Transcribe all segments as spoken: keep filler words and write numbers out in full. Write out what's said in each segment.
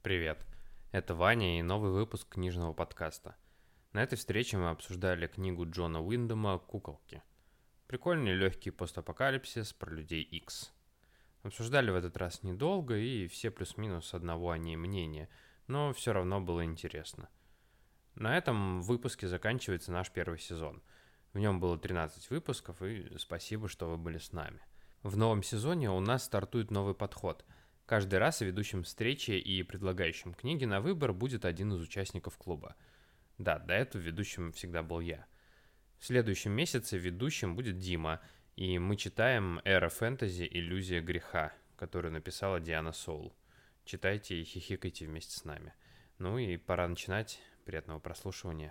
Привет, это Ваня и новый выпуск книжного подкаста. На этой встрече мы обсуждали книгу Джона Уиндома «Куколки». Прикольный легкий постапокалипсис про людей Икс. Обсуждали в этот раз недолго, и все плюс-минус одного о ней мнения, но все равно было интересно. На этом выпуске заканчивается наш первый сезон. В нем было тринадцать выпусков, и спасибо, что вы были с нами. В новом сезоне у нас стартует новый подход. Каждый раз ведущим встречи и предлагающим книги на выбор будет один из участников клуба. Да, до этого ведущим всегда был я. В следующем месяце ведущим будет Дима, и мы читаем «Эра фэнтези. Иллюзия греха», которую написала Диана Соул. Читайте и хихикайте вместе с нами. Ну и пора начинать. Приятного прослушивания.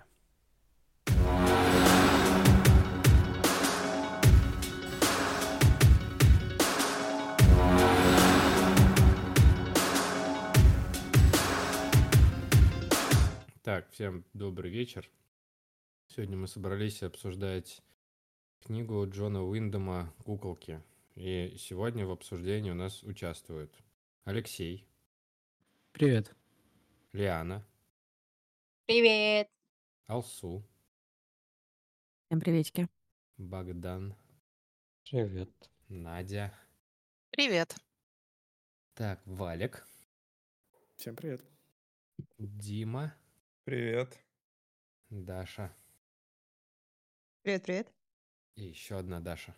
Так, всем добрый вечер. Сегодня мы собрались обсуждать книгу Джона Уиндома «Куколки». И сегодня в обсуждении у нас участвуют Алексей, Привет. Лиана, Привет. Алсу, Всем приветики. Богдан, Привет. Надя. Привет. Так, Валик, Всем привет. Дима, Привет. Даша Привет, привет. и еще одна Даша.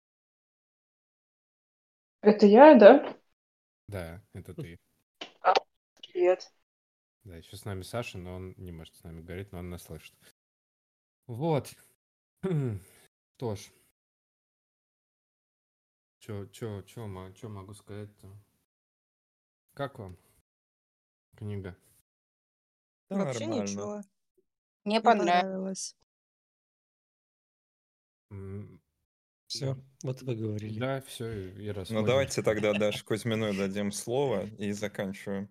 Это я, да? Да, это ты. Привет. Да, еще с нами Саша, но он не может с нами говорить, но он нас слышит. Вот. Что ж. Чё, чё, чё, мо- чё могу сказать-то? Как вам книга? Да, Вообще нормально. ничего. Мне Мне понравилось. понравилось. М, Все, вот вы говорили. Да, все, и Ну расходимся. давайте тогда Даше Кузьминой дадим слово и заканчиваем.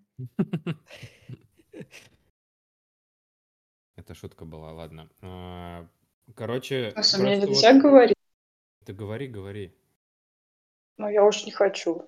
Это шутка была, ладно. А, Короче, На самом деле просто нельзя вот говорить, ты говори, говори. но я уж не хочу.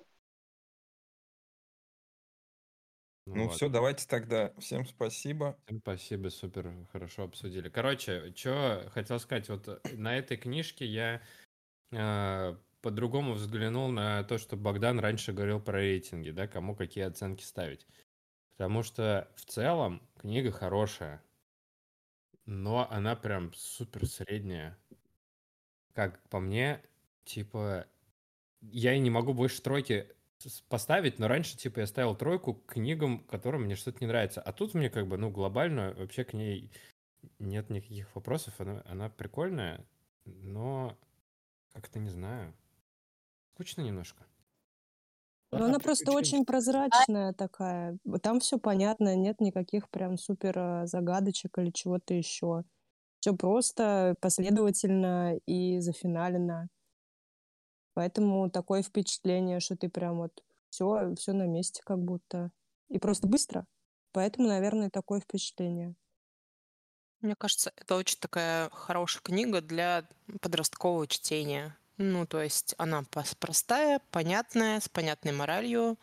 Ну Ну ладно. все, давайте тогда. Всем спасибо. Всем спасибо, супер хорошо обсудили. Короче, что хотел сказать, вот э, на этой книжке я э, по-другому взглянул на то, что Богдан раньше говорил про рейтинги, да, кому какие оценки ставить. Потому что в целом книга хорошая, но она прям супер средняя. Как по мне, типа, я и не могу больше тройки с- поставить, но раньше, типа, я ставил тройку к книгам, которым мне что-то не нравится. А тут мне, как бы, ну, глобально вообще к ней нет никаких вопросов. Она, она прикольная, но как-то не знаю. Скучно немножко. Ну, Она она просто очень приключенческая. прозрачная такая. Б- Там все понятно, нет никаких прям супер а, загадочек или чего-то еще. Все просто, последовательно и зафиналено. Поэтому такое впечатление, что ты прям вот все, все на месте как будто. И просто быстро. Поэтому, наверное, такое впечатление. Мне кажется, это очень такая хорошая книга для подросткового чтения. Ну, то есть она пос- простая, понятная, с понятной моралью.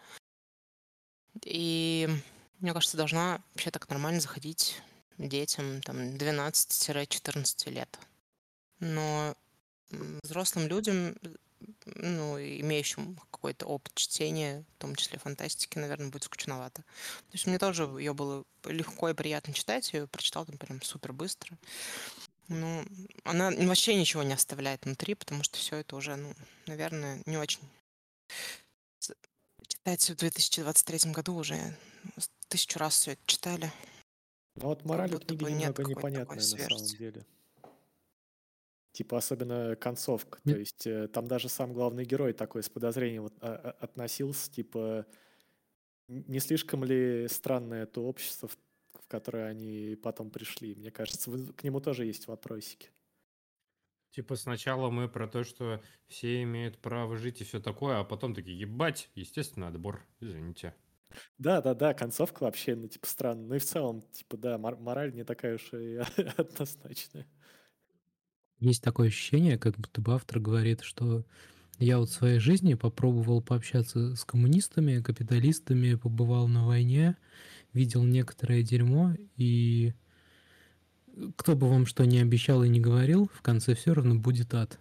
И мне кажется, должна вообще так нормально заходить детям там двенадцати-четырнадцати лет. Но м, взрослым людям, э, ну, и имеющим какой-то опыт чтения, в том числе фантастики, наверное, будет скучновато. То есть мне тоже ее было легко и приятно читать, я ее прочитала там прям супер быстро. Ну, она вообще ничего не оставляет внутри, потому что все это уже, ну, наверное, не очень. С- Читать в две тысячи двадцать третьем году уже с- тысячу раз все это читали. Но вот Как мораль у будто книги бы нет немного какой-то такой непонятная на самом свежести. деле. Типа особенно концовка. То Нет. есть э, там даже сам главный герой такой с подозрением вот, а- а- относился, типа, н- не слишком ли странное то общество, в в которое они потом пришли. Мне кажется, вы- к нему тоже есть вопросики. Типа сначала мы про то, что все имеют право жить и все такое, а потом такие, ебать, естественно, отбор, извините. Да-да-да, концовка вообще, ну, типа, странная. Ну и в целом, типа, да, мор- мораль не такая уж и однозначная. Есть такое ощущение, как будто бы автор говорит, что я вот в своей жизни попробовал пообщаться с коммунистами, капиталистами, побывал на войне, видел некоторое дерьмо, и кто бы вам что ни обещал и не говорил, в конце все равно будет ад.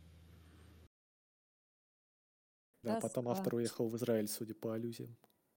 Да, потом Тоска. автор уехал в Израиль, судя по аллюзиям.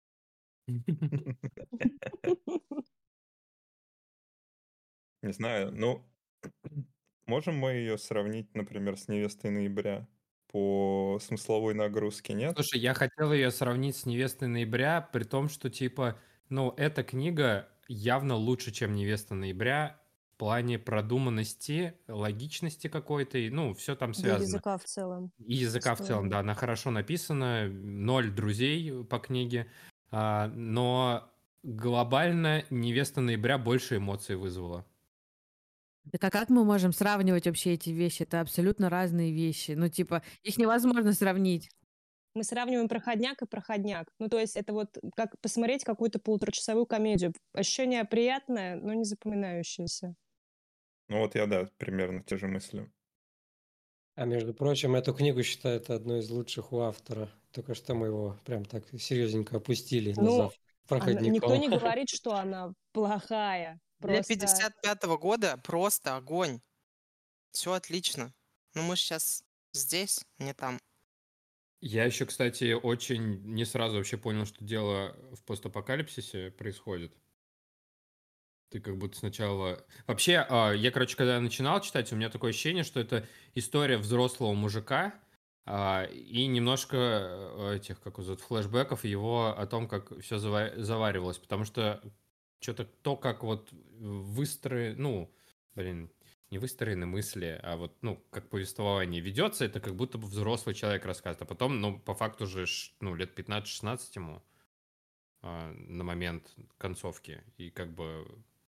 Не знаю, ну, можем мы ее сравнить, например, с «Невестой ноября» по смысловой нагрузке, нет? Слушай, я хотел ее сравнить с «Невестой ноября», при том, что, типа, ну, эта книга явно лучше, чем «Невеста ноября» в плане продуманности, логичности какой-то, и, ну, все там Да и связано. языка в целом. И языка в целом, Истории. да, она хорошо написана, ноль друзей по книге, а, но глобально «Невеста ноября» больше эмоций вызвала. Так а как мы можем сравнивать вообще эти вещи? Это абсолютно разные вещи. Ну, типа, их невозможно сравнить. Мы сравниваем проходняк и проходняк. Ну, то есть это вот как посмотреть какую-то полуторачасовую комедию. Ощущение приятное, но не запоминающееся. Ну вот я, да, примерно те же мысли. А между прочим, эту книгу считают одной из лучших у автора. Только что мы его прям так серьезненько опустили, Ну, назвав она- никто проходником. не говорит, что она плохая. Для Просто пятьдесят пятого года просто огонь. Все отлично. Но мы сейчас здесь, не там. Я еще, кстати, очень не сразу вообще понял, что дело в постапокалипсисе происходит. Ты как будто сначала... Вообще, а, я, короче, когда начинал читать, у меня такое ощущение, что это история взрослого мужика а, и немножко э, этих, как его зовут, флешбеков его о том, как все заваривалось. Потому что что-то то, как вот выстроен... Ну, блин, не выстроены мысли, а вот, ну, как повествование ведется, это как будто бы взрослый человек рассказывает. А потом, ну, по факту же, ш- ну, лет пятнадцать-шестнадцать ему а, на момент концовки. И как бы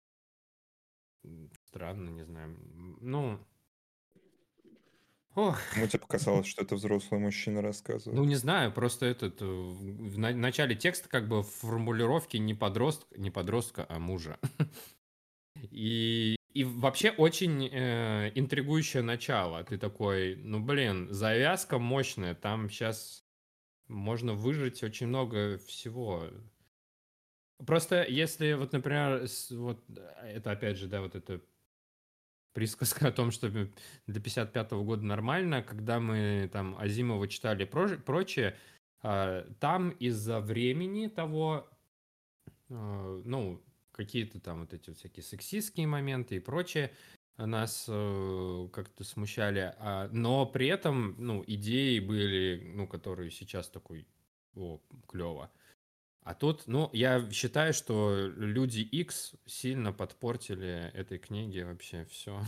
м, странно, не знаю. М, Ну, ох, Ему тебе показалось, что это взрослый мужчина ну, рассказывает. не знаю, просто этот, э, в в на- начале текста как бы в формулировке не подростка, не подростка, а мужа. И, и вообще очень э, интригующее начало. Ты такой, ну, блин, завязка мощная, там сейчас можно выжить очень много всего. Просто если вот, например, с- вот э, это опять же, да, вот это присказка о том, что м, до пятьдесят пятого года нормально, когда мы там Азимова читали и прож- прочее, а, там из-за времени того, а, ну, какие-то там вот эти вот всякие сексистские моменты и прочее нас э, как-то смущали, а, но при этом, ну, идеи были, ну, которые сейчас такой, о, клево. А тут, ну, я считаю, что люди X сильно подпортили этой книге вообще все.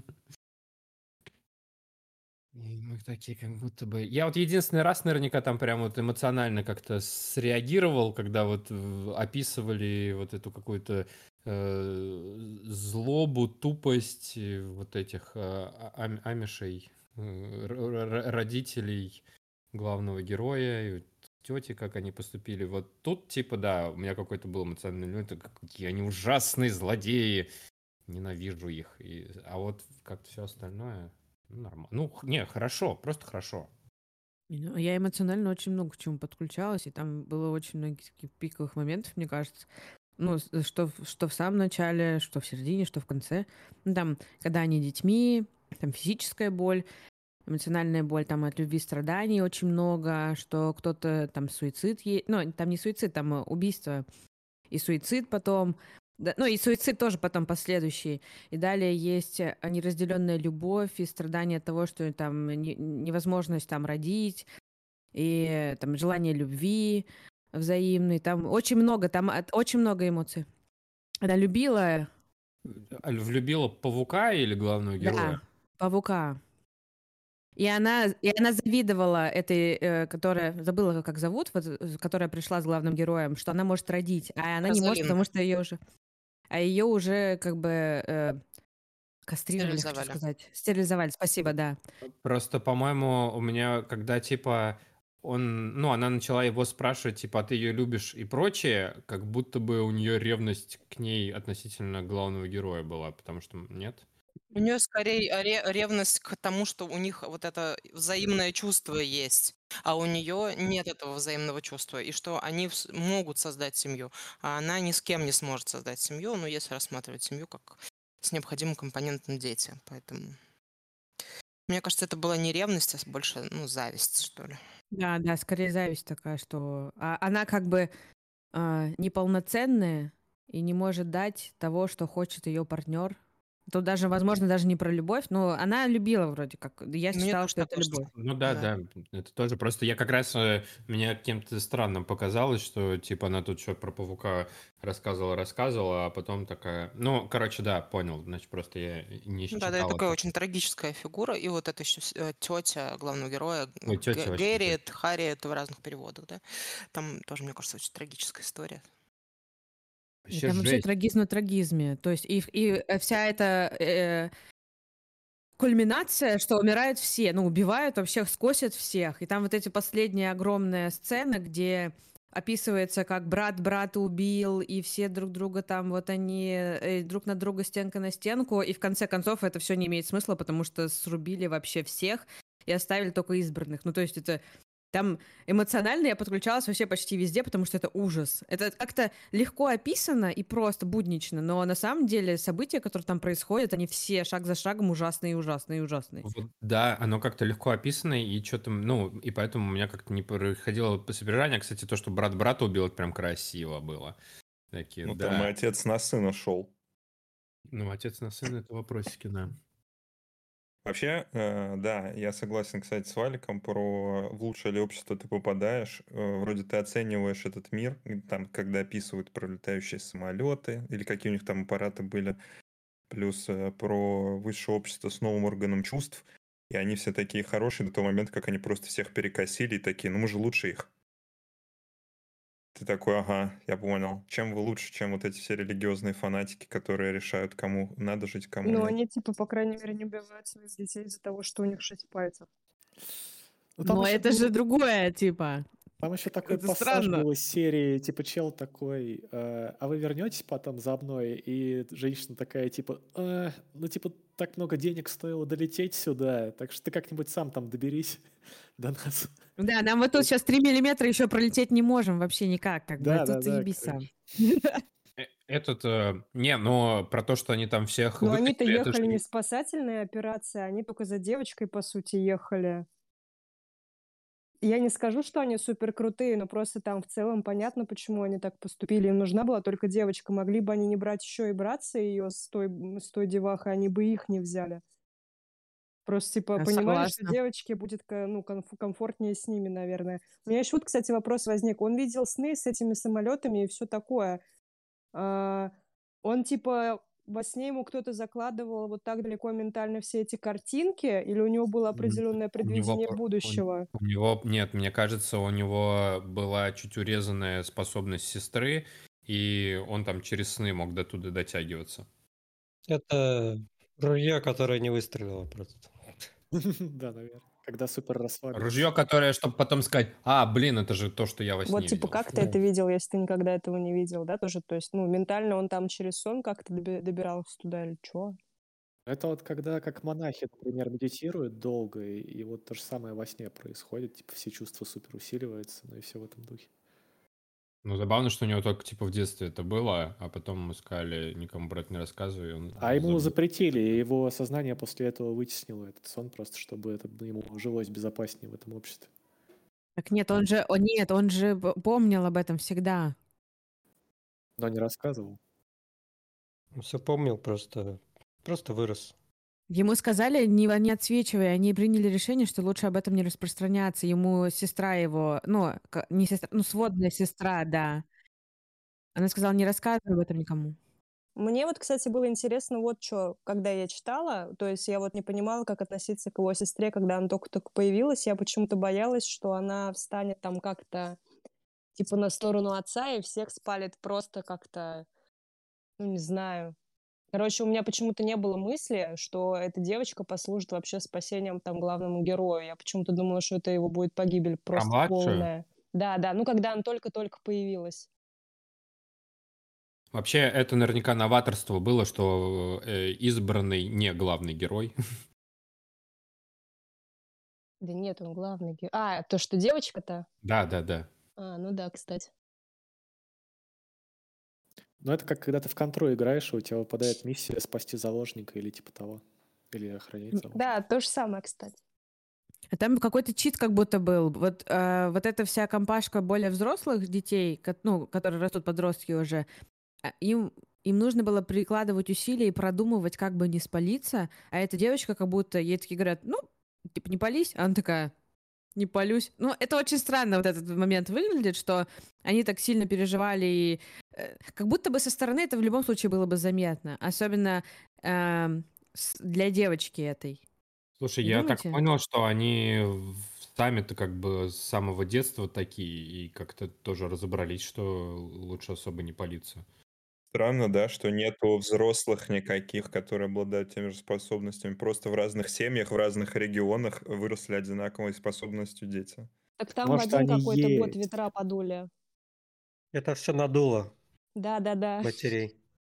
И мы такие как будто бы... Я вот единственный раз наверняка там прям вот эмоционально как-то среагировал, когда вот э, описывали вот эту какую-то э, злобу, тупость э, вот этих э, а- ам- амишей, э, р- р- родителей главного героя, и тети, как они поступили. Вот тут, типа, да, у меня какой-то был эмоциональный, ну, это какие они ужасные злодеи, ненавижу их. И, а вот как-то все остальное... Ну, нормально. Ну, х- не, хорошо, просто хорошо. Ну, я эмоционально очень много к чему подключалась, и там было очень много таких пиковых моментов, мне кажется. Ну, с- что, в- что в самом начале, что в середине, что в конце. Ну, там, когда они детьми, там физическая боль, эмоциональная боль, там от любви страданий очень много, что кто-то там суицид, е- ну, там не суицид, там э, убийство и суицид потом. Да, ну и суицид тоже потом последующий. И далее есть э, неразделенная любовь и страдания от того, что там не- невозможность там родить, и э, там желание любви взаимной. Там очень много, там от- очень много эмоций. Она любила, А Влюбила павука или главного да, героя? павука. И она, и она завидовала этой, э, которая, забыла, как зовут, вот, э, которая пришла с главным героем, что она может родить, а она не может, Розалинда. потому что ее уже, а ее уже как бы э, кастрировали, хочу Стерилизовали. сказать. Стерилизовали, спасибо, да. Просто, по-моему, у меня, когда, типа, он, ну, она начала его спрашивать, типа, а ты ее любишь и прочее, как будто бы у нее ревность к ней относительно главного героя была, потому что, м, нет? У нее скорее ре- ревность к тому, что у них вот это взаимное чувство есть, а у нее нет этого взаимного чувства, и что они вс- могут создать семью, а она ни с кем не сможет создать семью, ну, если рассматривать семью как с необходимым компонентом дети. Поэтому, мне кажется, это была не ревность, а больше, ну, зависть, что ли. Да, да, скорее зависть такая, что а, она как бы а, неполноценная и не может дать того, что хочет ее партнер. Тут даже, возможно, даже не про любовь, но она любила вроде как. Я Мне считала, тоже что это такое, что... любовь. Ну да, Да. да, это тоже просто я как раз э, мне каким-то странным показалось, что типа она тут что про павука рассказывала, рассказывала, а потом такая, ну, короче, да, понял, значит, просто я не Ну Да, да, это считал такая это. очень трагическая фигура. И вот это еще тетя главного героя, Ой, тетя Г- вообще жесть. Гэрриет, Харриет в разных переводах, да. Там тоже, мне кажется, очень трагическая история. И Вообще там вообще жесть. трагизм на трагизме. То есть и, и э, вся эта э, кульминация, что умирают все, ну, убивают вообще, скосят всех. И там вот эти последние огромные сцены, где описывается, как брат брата убил, и все друг друга там, вот они э, друг на друга стенка на стенку, и в конце концов это все не имеет смысла, потому что срубили вообще всех и оставили только избранных. Ну, то есть это там эмоционально я подключалась вообще почти везде, потому что это ужас. Это как-то легко описано и просто буднично, но на самом деле события, которые там происходят, они все шаг за шагом ужасные, ужасные, ужасные. Вот, да, оно как-то легко описано, и что-то, ну, и поэтому у меня как-то не происходило по содержанию. Кстати, то, что брат брата убил, это прям красиво было. Такие, Ну, там и да. отец на сына шел. Ну, отец на сына — это вопросики, да. Вообще, э, да, я согласен, кстати, с Валиком про в лучшее ли общество ты попадаешь. Э, вроде ты оцениваешь этот мир, и там, когда описывают про летающие самолеты или какие у них там аппараты были, плюс э, про высшее общество с новым органом чувств, и они все такие хорошие до того момента, как они просто всех перекосили и такие, ну мы же лучше их. Ты такой, ага, я понял. Чем вы лучше, чем вот эти все религиозные фанатики, которые решают, кому надо жить, кому Ну, нет. они, типа, по крайней мере, не убивают своих детей из-за того, что у них шесть пальцев. Ну, там Но еще это был- же другое, типа. Там еще такой Это пассаж странно. был из серии, типа, чел такой, э, а вы вернетесь потом за мной? И женщина такая, типа, «Э, ну, типа, так много денег стоило долететь сюда, так что ты как-нибудь сам там доберись до нас. Да, нам вот тут сейчас три миллиметра еще пролететь не можем вообще никак, как бы. Да, Тут да, да, ебись сам. Э, Этот, э, не, но про то, что они там всех Но они-то выкатили, это ехали же не спасательные операции, они только за девочкой, по сути, ехали. Я не скажу, что они супер крутые, но просто там в целом понятно, почему они так поступили. Им нужна была только девочка. Могли бы они не брать еще и братца ее с той, с той девахой, они бы их не взяли. Просто, типа, Я понимали, что согласна. девочке будет ка- ну, комф- комфортнее с ними, наверное. У меня еще вот, кстати, вопрос возник. Он видел сны с этими самолетами и все такое. А, он, типа, во сне ему кто-то закладывал вот так далеко ментально все эти картинки, или у него было М, определенное у него, предвидение по- у, будущего? у него, нет, мне кажется, у него была чуть урезанная способность сестры, и он там через сны мог до туда дотягиваться. Это ружье, которое не выстрелило просто. Да, наверное. Когда супер расслабился. Ружье, которое, чтобы потом сказать, а, блин, это же то, что я во Вот, сне типа, видел. как ты это видел, если ты никогда этого не видел, да, тоже? То есть, ну, ментально он там через сон как-то доби- добирался туда или что? Это вот когда как монахи, например, медитируют долго, и, и вот то же самое во сне происходит, типа все чувства супер усиливаются, ну и все в этом духе. Ну, забавно, что у него только, типа, в детстве это было, а потом ему сказали, никому про это не рассказывай, и он А ему забыл. запретили, и его сознание после этого вытеснило этот сон, просто чтобы это, ну, ему жилось безопаснее в этом обществе. Так нет, он же, о, нет, он же п- помнил об этом всегда. Но не рассказывал. Все помнил, просто, просто вырос. Ему сказали, не, не отсвечивай, они приняли решение, что лучше об этом не распространяться. Ему сестра его, ну, ка- не сестра, ну, сводная сестра, да. Она сказала, не рассказывай об этом никому. Мне вот, кстати, было интересно вот что, когда я читала, то есть я вот не понимала, как относиться к его сестре, когда она только-только появилась, я почему-то боялась, что она встанет там как-то, типа, на сторону отца и всех спалит просто как-то, ну, не знаю. Короче, у меня почему-то не было мысли, что эта девочка послужит вообще спасением там главному герою. Я почему-то думала, что это его будет погибель Про просто младшую? полная. Да, да, ну когда она только-только появилась. Вообще, это наверняка новаторство было, что э, избранный не главный герой. Да нет, он главный. ге- А, то, что девочка-то? Да, да, да. А, ну да, кстати. Ну, это как когда ты в контру играешь, и у тебя выпадает миссия спасти заложника или типа того. Или охранять заложника. Да, то же самое, кстати. А там какой-то чит как будто был. Вот, э, вот эта вся компашка более взрослых детей, ко- ну, которые растут подростки уже, а, им, им нужно было прикладывать усилия и продумывать, как бы не спалиться, а эта девочка как будто, ей такие говорят, ну, типа, не пались, а она такая, не палюсь. Ну, это очень странно вот этот момент выглядит, что они так сильно переживали, и э, как будто бы со стороны это в любом случае было бы заметно, особенно эм, с- для девочки этой. Слушай, Не я так думаете? понял, что они в- сами-то как бы с самого детства такие, и как-то тоже разобрались, что лучше особо не палиться. Странно, да, что нету взрослых никаких, которые обладают теми же способностями. Просто в разных семьях, в разных регионах выросли одинаковой способностью дети. Так там в Может, один они какой-то год есть. ветра подули. Это все надуло Да-да-да. матерей.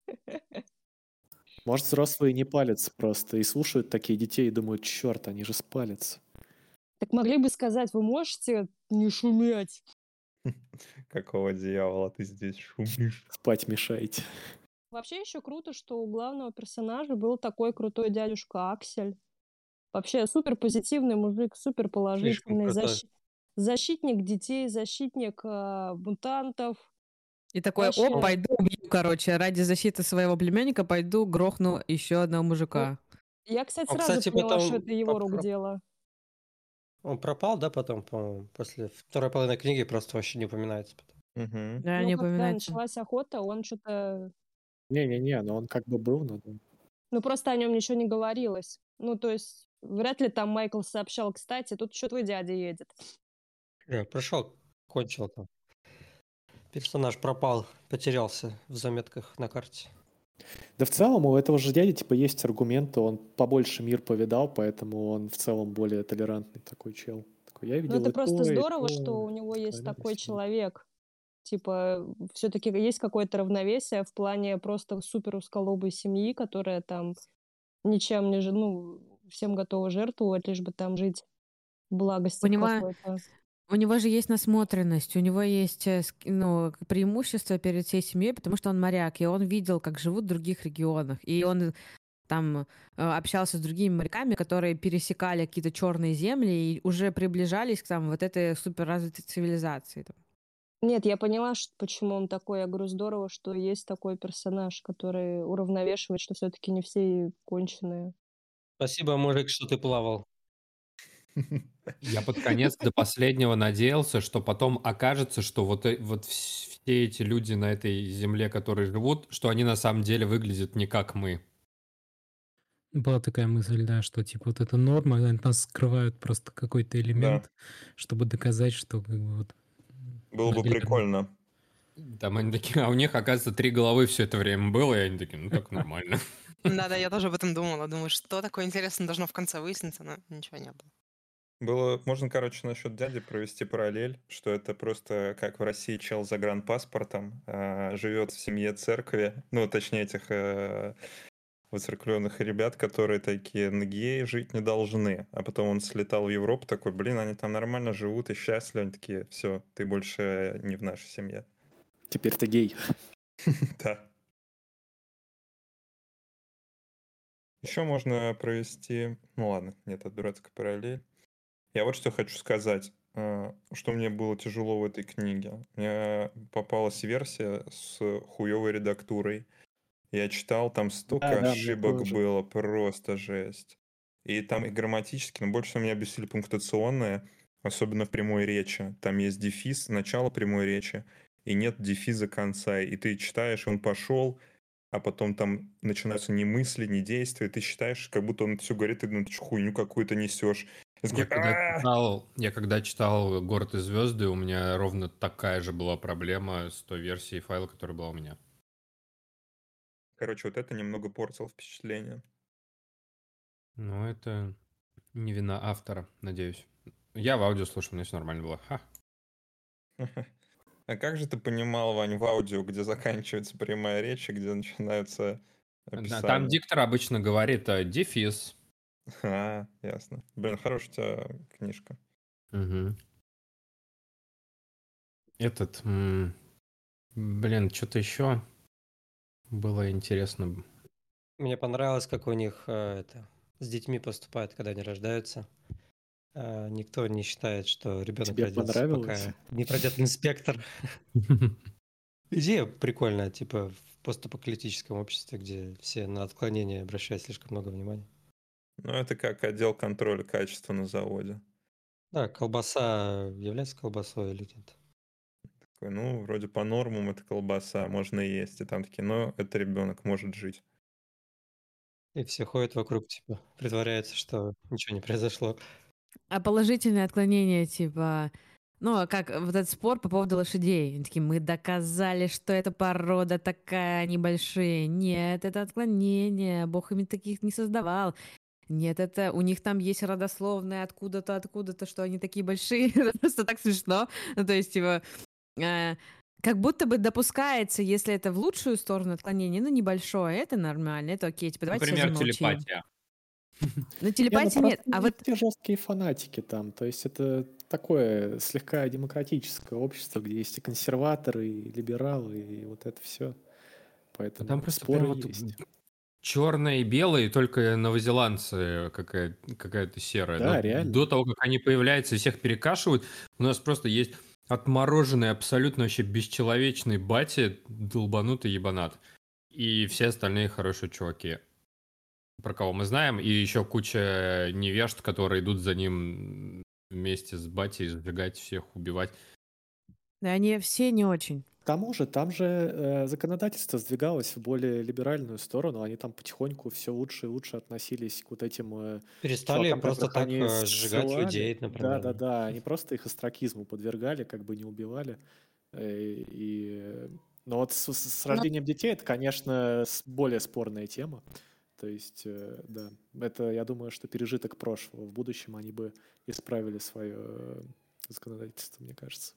Может, взрослые не палятся просто и слушают такие детей и думают, черт, они же спалятся. Так могли бы сказать, вы можете не шуметь? Какого дьявола ты здесь шумишь? Спать мешаете. Вообще еще круто, что у главного персонажа был такой крутой дядюшка Аксель. Вообще супер позитивный мужик, супер Слишком положительный, крутой. защи- защитник детей, защитник э, мутантов. И такой, о, Вообще, пойду убью, короче, ради защиты своего племянника пойду грохну еще одного ну, мужика. я, кстати, Он, сразу кстати, поняла, что потом это его рук попро- дело. он пропал, да, потом, по-моему, после второй половины книги просто вообще не упоминается. потом. Угу. Да, Ну, не когда упоминается. началась охота, он что-то... Не-не-не, но он как бы был, но... да. Ну, просто о нем ничего не говорилось. Ну, то есть, вряд ли там Майкл сообщал, кстати, тут еще твой дядя едет. Я пришел, кончил там. Персонаж пропал, потерялся в заметках на карте. Да в целом у этого же дяди типа есть аргументы, он побольше мир повидал, поэтому он в целом более толерантный такой чел. Такой, я Ну, видел это и просто то, и здорово, то, что у него и так есть далее, и такой сяк. человек. Типа, все-таки есть какое-то равновесие в плане просто супер узколобой семьи, которая там ничем не... жи- Ну, всем готова жертвовать, лишь бы там жить в благости У в него, какой-то. у него же есть насмотренность, у него есть э, ск- ну, к- преимущество перед всей семьей, потому что он моряк, и он видел, как живут в других регионах. И он там э, общался с другими моряками, которые пересекали какие-то черные земли и уже приближались к там, вот этой суперразвитой цивилизации. там. Нет, я поняла, ш- почему он такой. Я говорю, здорово, что есть такой персонаж, который уравновешивает, что все-таки не все конченые. Спасибо, мужик, что ты плавал. Я под конец до последнего надеялся, что потом окажется, что вот, э- вот вс- все эти люди на этой земле, которые живут, что они на самом деле выглядят не как мы. Была такая мысль, да, что типа вот эта норма, они от нас скрывают просто какой-то Да, элемент, чтобы доказать, что как бы вот было бы наглядно. прикольно. Там они такие, а у них, оказывается, три головы все это время было, и они такие, ну так нормально. Да-да, я тоже об этом думала. Думаю, что такое интересное должно в конце выясниться, но ничего не было. Было, можно, короче, насчет дяди провести параллель, что это просто как в России чел с загранпаспортом а, живет в семье церкви, ну, точнее, этих э, воцерквленных ребят, которые такие, «Ну, геи жить не должны. А потом он слетал в Европу, такой, блин, они там нормально живут и счастливы. Они такие, все, ты больше не в нашей семье. Теперь ты гей. Да. Еще можно провести... Ну ладно, нет, это дурацкая параллель. Я вот что хочу сказать, а, что мне было тяжело в этой книге. Мне попалась версия с хуевой редактурой. Я читал, там столько Да-да, мне ошибок тоже. было, просто жесть. И там и грамматически, но больше всего меня бесили пунктуационные, особенно в прямой речи. Там есть дефис, начало прямой речи, и нет дефиза конца. И ты читаешь, он пошел, а потом там начинаются ни мысли, ни действия. Ты считаешь, как будто он все говорит, ты ну, ты чё, хуйню какую-то несешь. Я Я такой, когда «А-а-а!» читал, я когда читал «Город и звезды», у меня ровно такая же была проблема с той версией файла, которая была у меня. Короче, вот это немного портило впечатление. Ну, это не вина автора, надеюсь. Я в аудио слушал, мне все нормально было. Ха. А как же ты понимал, Вань, в аудио, где заканчивается прямая речь и где начинаются Да, там описания? диктор обычно говорит э, дефис. А, ясно. Блин, хорошая у тебя книжка. Мгм. Этот, м, блин, что-то еще было интересно. Мне понравилось, как у них э, это с детьми поступают, когда они рождаются. Э, Никто не считает, что ребенок Тебе родился, понравилось? пока не пройдет инспектор. Идея прикольная, типа в постапокалиптическом обществе, где все на отклонения обращают слишком много внимания. Ну, это как отдел контроля качества на заводе. Да, колбаса является колбасой или нет? Такой, ну, вроде по нормам это колбаса, можно есть. И там такие, ну, это ребенок может жить. И все ходят вокруг, типа, притворяются, что ничего не произошло. А положительные отклонения, типа, ну, а как вот этот спор по поводу лошадей. Они такие, мы доказали, что эта порода такая, они большие. Нет, это отклонение, Бог ими таких не создавал. Нет, это у них там есть родословная откуда-то, откуда-то, что они такие большие. Это просто так смешно. Ну, то есть, типа, э, как будто бы допускается, если это в лучшую сторону отклонение, ну, небольшое, это нормально, это окей. Типа, давайте все Например, замолчим. телепатия. Ну, Не, ну телепатии нет. просто А не вот все жесткие фанатики там. То есть это такое слегка демократическое общество, где есть и консерваторы, и либералы, и вот это все. А Поэтому там просто споры прям вот есть. черное и белое, и только новозеландцы какая- какая-то серая. Но Да, реально. до того, как они появляются и всех перекашивают, у нас просто есть отмороженный, абсолютно вообще бесчеловечный батя, долбанутый ебанат. И все остальные хорошие чуваки, про кого мы знаем, и еще куча невежд, которые идут за ним вместе с батей сжигать всех, убивать. да, они все не очень. К тому же, там же э, законодательство сдвигалось в более либеральную сторону, они там потихоньку все лучше и лучше относились к вот этим э, Перестали чувакам, просто которых так они э, сжигать ссылали. людей, Да, например. да, да, они просто их остракизму подвергали, как бы не убивали. Э, И... э, Но вот с, с Но рождением детей это, конечно, с- более спорная тема. То есть, э, да, это, я думаю, что пережиток прошлого. В будущем они бы исправили свое э, законодательство, мне кажется.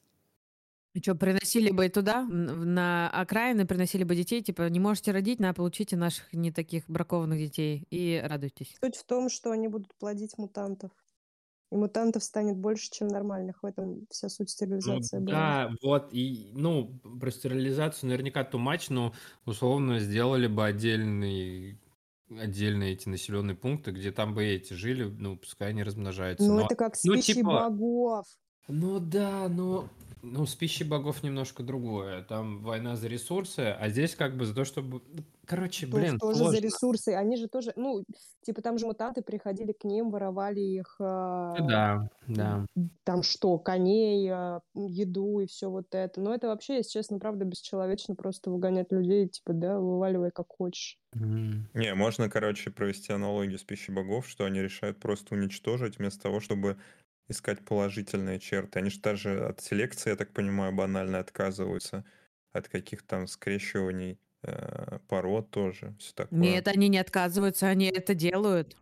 И что, приносили бы и туда, н- в- на окраины, приносили бы детей, типа, не можете родить, на, получите наших не таких бракованных детей и радуйтесь. суть в том, что они будут плодить мутантов. И мутантов станет больше, чем нормальных. В этом вся суть Ну стерилизации была. да, вот, и, ну, про стерилизацию наверняка too much, но условно сделали бы отдельный, отдельные эти населенные пункты, где там бы эти жили, ну, пускай они размножаются. Ну, Но, это как с ну, пищей типа, богов. ну да, но, ну, с пищей богов немножко другое. Там война за ресурсы, а здесь как бы за то, чтобы... ну, Короче, То- блин, тоже за сложно. ресурсы. Они же тоже, ну, типа там же мутанты приходили к ним, воровали их, Ну а, да, да. там что, коней, а, еду и все вот это. Но это вообще, если честно, правда, бесчеловечно просто выгонять людей, типа, да, вываливай как хочешь. М. Не, можно, короче, провести аналогию с пищей богов, что они решают просто уничтожить вместо того, чтобы искать положительные черты. Они же даже от селекции, я так понимаю, банально отказываются. От каких там скрещиваний э, пород тоже, все такое. Нет, они не отказываются, они это делают.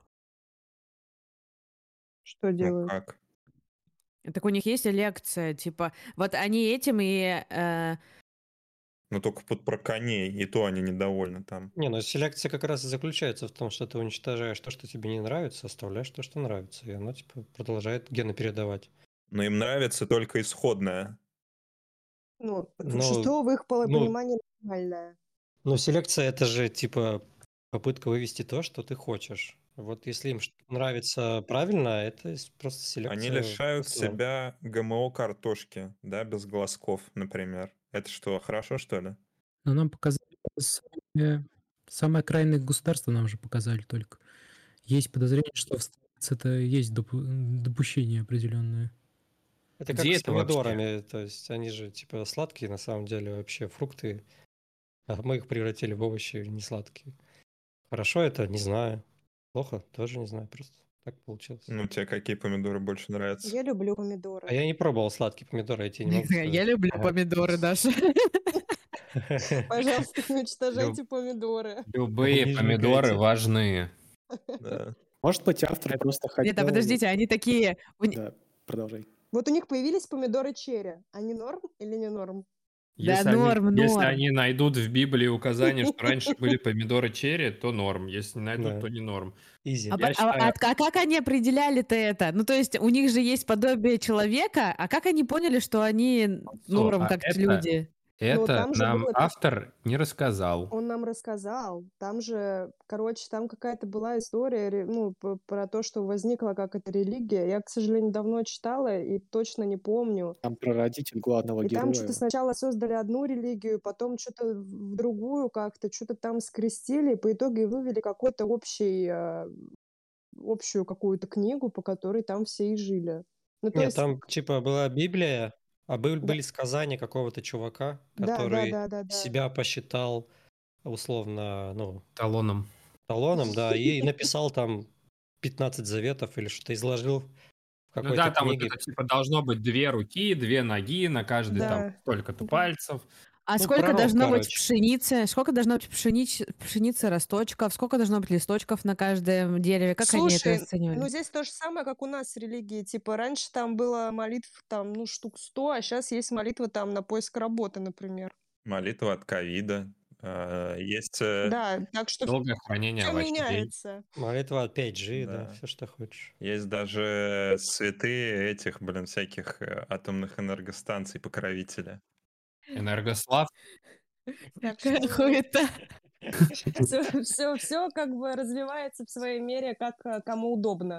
Что Ну делают? как? Так у них есть лекция, типа, вот они этим и... э, Ну только под про коней, и то они недовольны там. Не, ну селекция как раз и заключается в том, что ты уничтожаешь то, что тебе не нравится, оставляешь то, что нравится, и оно типа продолжает гены передавать. Но им нравится только исходное. Ну, Но, что в их по- ну, понимании нормальное? ну, селекция это же типа попытка вывести то, что ты хочешь. Вот если им что-то нравится правильно, это с- просто Они селекция. лишают в целом. себя ГМО картошки, да, без глазков, например. Это что, хорошо, что ли? Но нам показали самые, самые окраинные государства нам же показали только. Есть подозрение, что в столице это есть допу- допущение определенное. Это Где как с это вообще? помидорами, то есть они же типа сладкие на самом деле вообще фрукты, а мы их превратили в овощи не сладкие. Хорошо это? Не знаю. Плохо? Тоже не знаю, просто так получилось. Ну, тебе какие помидоры больше нравятся? Я люблю А помидоры. я не пробовал сладкие помидоры, я тебе не могу Я сказать. люблю помидоры, Даша. Пожалуйста, не Люб- уничтожайте помидоры. Любые Не помидоры сжигайте. важны. Да. Может быть, автор просто Нет, а хотел... подождите, они такие... у не- Да, продолжай. Вот у них появились помидоры черри. Они норм или не норм? Да, Если они, норм, если норм. они найдут в Библии указание, что раньше были помидоры черри, то норм. Если не найдут, Да. то не норм. Изи. А, по- Я а- считаю, а- а как они определяли-то это? Ну, то есть у них же есть подобие человека, а как они поняли, что они Отцу, норм, а как это, люди? Ну, это там же нам было... автор не рассказал. Он нам рассказал. Там же, короче, там какая-то была история, ре- ну, п- про то, что возникла как эта религия. Я, к сожалению, давно читала и точно не помню. Там прародитель главного И там что-то героя. сначала создали одну религию, потом что-то в другую как-то, что-то там скрестили, и по итогу и вывели какой-то общий, э, общую какую-то книгу, по которой там все и жили. Ну, то Нет, есть, там типа была Библия, а был- да, были сказания какого-то чувака, да, да, который да, да, да. себя посчитал условно, ну, Талоном. талоном, да, и написал там пятнадцать заветов или что-то изложил в Ну какой-то да, там вот книге. это типа должно быть две руки, две ноги, на каждой там Да, столько-то да. пальцев. А Ну, сколько пророк, должно быть короче. пшеницы? Сколько должно быть пшенич... пшеницы, росточков? Сколько должно быть листочков на каждом дереве? Как они это Слушай, ну оценивали? здесь то же самое, как у нас в религии. Типа раньше там было молитв там, ну, штук сто, а сейчас есть молитва там на поиск работы, например. Молитва от ковида. А, Есть, э, Да, так что Долгое хранение все овощей. меняется. Молитва от пять джи, да, да, все, что хочешь. есть даже святые этих, блин, всяких э, атомных энергостанций, покровителя. Энергослав. Так что Какой-то... все, все, все как бы развивается в своей мере, как э, кому удобно.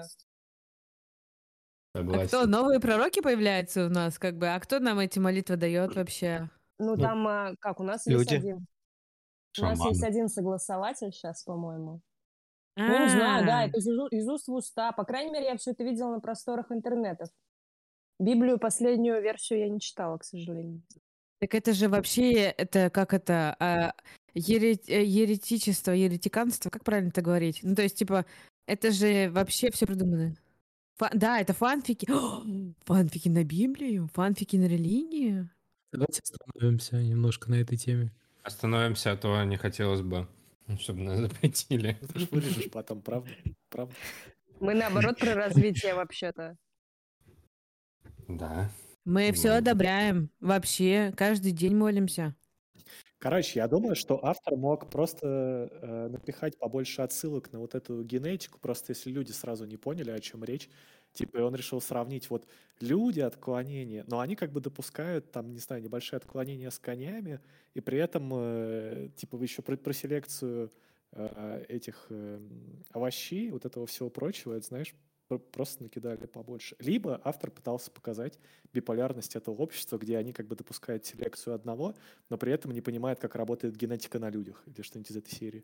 А кто? Согласен. Новые пророки появляются у нас, как бы. А кто нам эти молитвы дает вообще? Ну, Ну, там, а, как, у нас есть люди. один. У нас есть Шаман. один согласователь сейчас, по-моему. Ну, не знаю, да, А, это из, у- из уст в уста. По крайней мере, я все это видела на просторах интернетов. Библию, последнюю версию я не читала, к сожалению. так это же вообще, это как это, а, ере- э, еретичество, еретиканство, как правильно это говорить? Ну, то есть, типа, это же вообще все придумано. Фа- да, это фанфики. О, фанфики на Библию, фанфики на религию. Давайте остановимся немножко на этой теме. Остановимся, а то не хотелось бы, чтобы нас запретили. Ты ж вырежешь потом, правда? Правда? Мы, наоборот, про развитие вообще-то. Да. Мы все Ну, одобряем. Вообще, каждый день молимся. Короче, я думаю, что автор мог просто э, напихать побольше отсылок на вот эту генетику, просто если люди сразу не поняли, о чем речь. Типа, и он решил сравнить вот люди отклонения, но они как бы допускают там, не знаю, небольшие отклонения с конями, и при этом, э, типа, еще про, про селекцию э, этих э, овощей, вот этого всего прочего, это, знаешь, пр- просто накидали побольше. Либо автор пытался показать биполярность этого общества, где они как бы допускают селекцию одного, но при этом не понимают, как работает генетика на людях или что-нибудь из этой серии.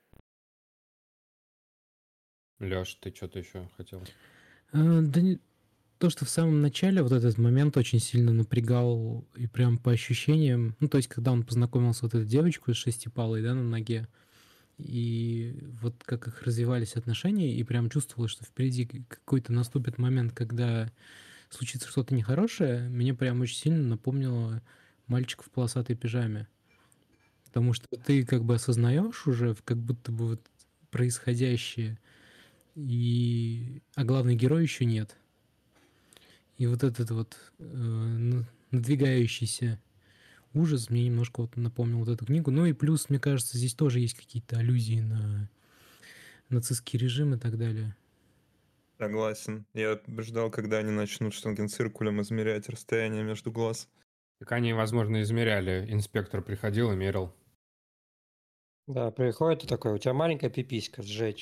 Лёш, ты что-то еще хотел? А, да не- то, что в самом начале вот этот момент очень сильно напрягал и прям по ощущениям, ну, то есть, когда он познакомился вот этой девочкой с шестипалой, да, на ноге, и вот как их развивались отношения, и прям чувствовалось, что впереди к- какой-то наступит момент, когда случится что-то нехорошее, мне прям очень сильно напомнило мальчика в полосатой пижаме. Потому что ты как бы осознаешь уже в- как будто бы вот происходящее, и... а главный герой еще нет. И вот этот вот э, н- надвигающийся ужас мне немножко вот напомнил вот эту книгу. Ну и плюс, мне кажется, здесь тоже есть какие-то аллюзии на нацистский режим и так далее. Согласен. Я ждал, когда они начнут штангенциркулем измерять расстояние между глаз. Так они, возможно, измеряли. Инспектор приходил и мерил. Да, приходит и такой, у тебя маленькая пиписька, сжечь.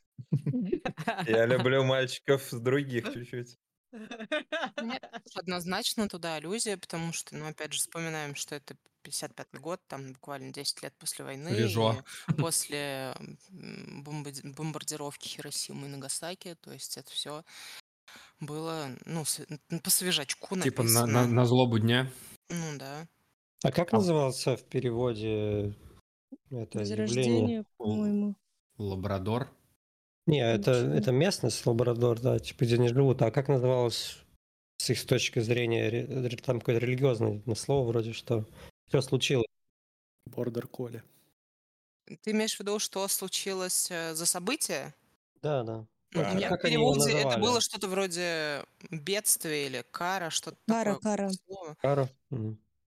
Я люблю мальчиков с других чуть-чуть. Нет, однозначно туда аллюзия, потому что, ну, опять же, вспоминаем, что это пятьдесят пятый год, там буквально десять лет после войны, Свежо. и после м, бомбарди- бомбардировки Хиросимы и Нагасаки, то есть это все было, ну, с- н- по свежачку Типа на, на, написано. на злобу дня. Ну да. А как А- назывался в переводе это явление? Возрождение, по-моему. Лабрадор. Не, это, Ничего. это местность Лабрадор, да, типа где они живут. А как называлось с их точки зрения, ре- ре- там какое-то религиозное слово вроде, что все случилось. Бордер Колли. Ты имеешь в виду, что случилось э, за событие? Да, да. Ну, Ну, у Кара. меня в как они его переводе это называли? было что-то вроде бедствия или кара, что-то Кара, такое. кара. Слово. Кара? Мгм.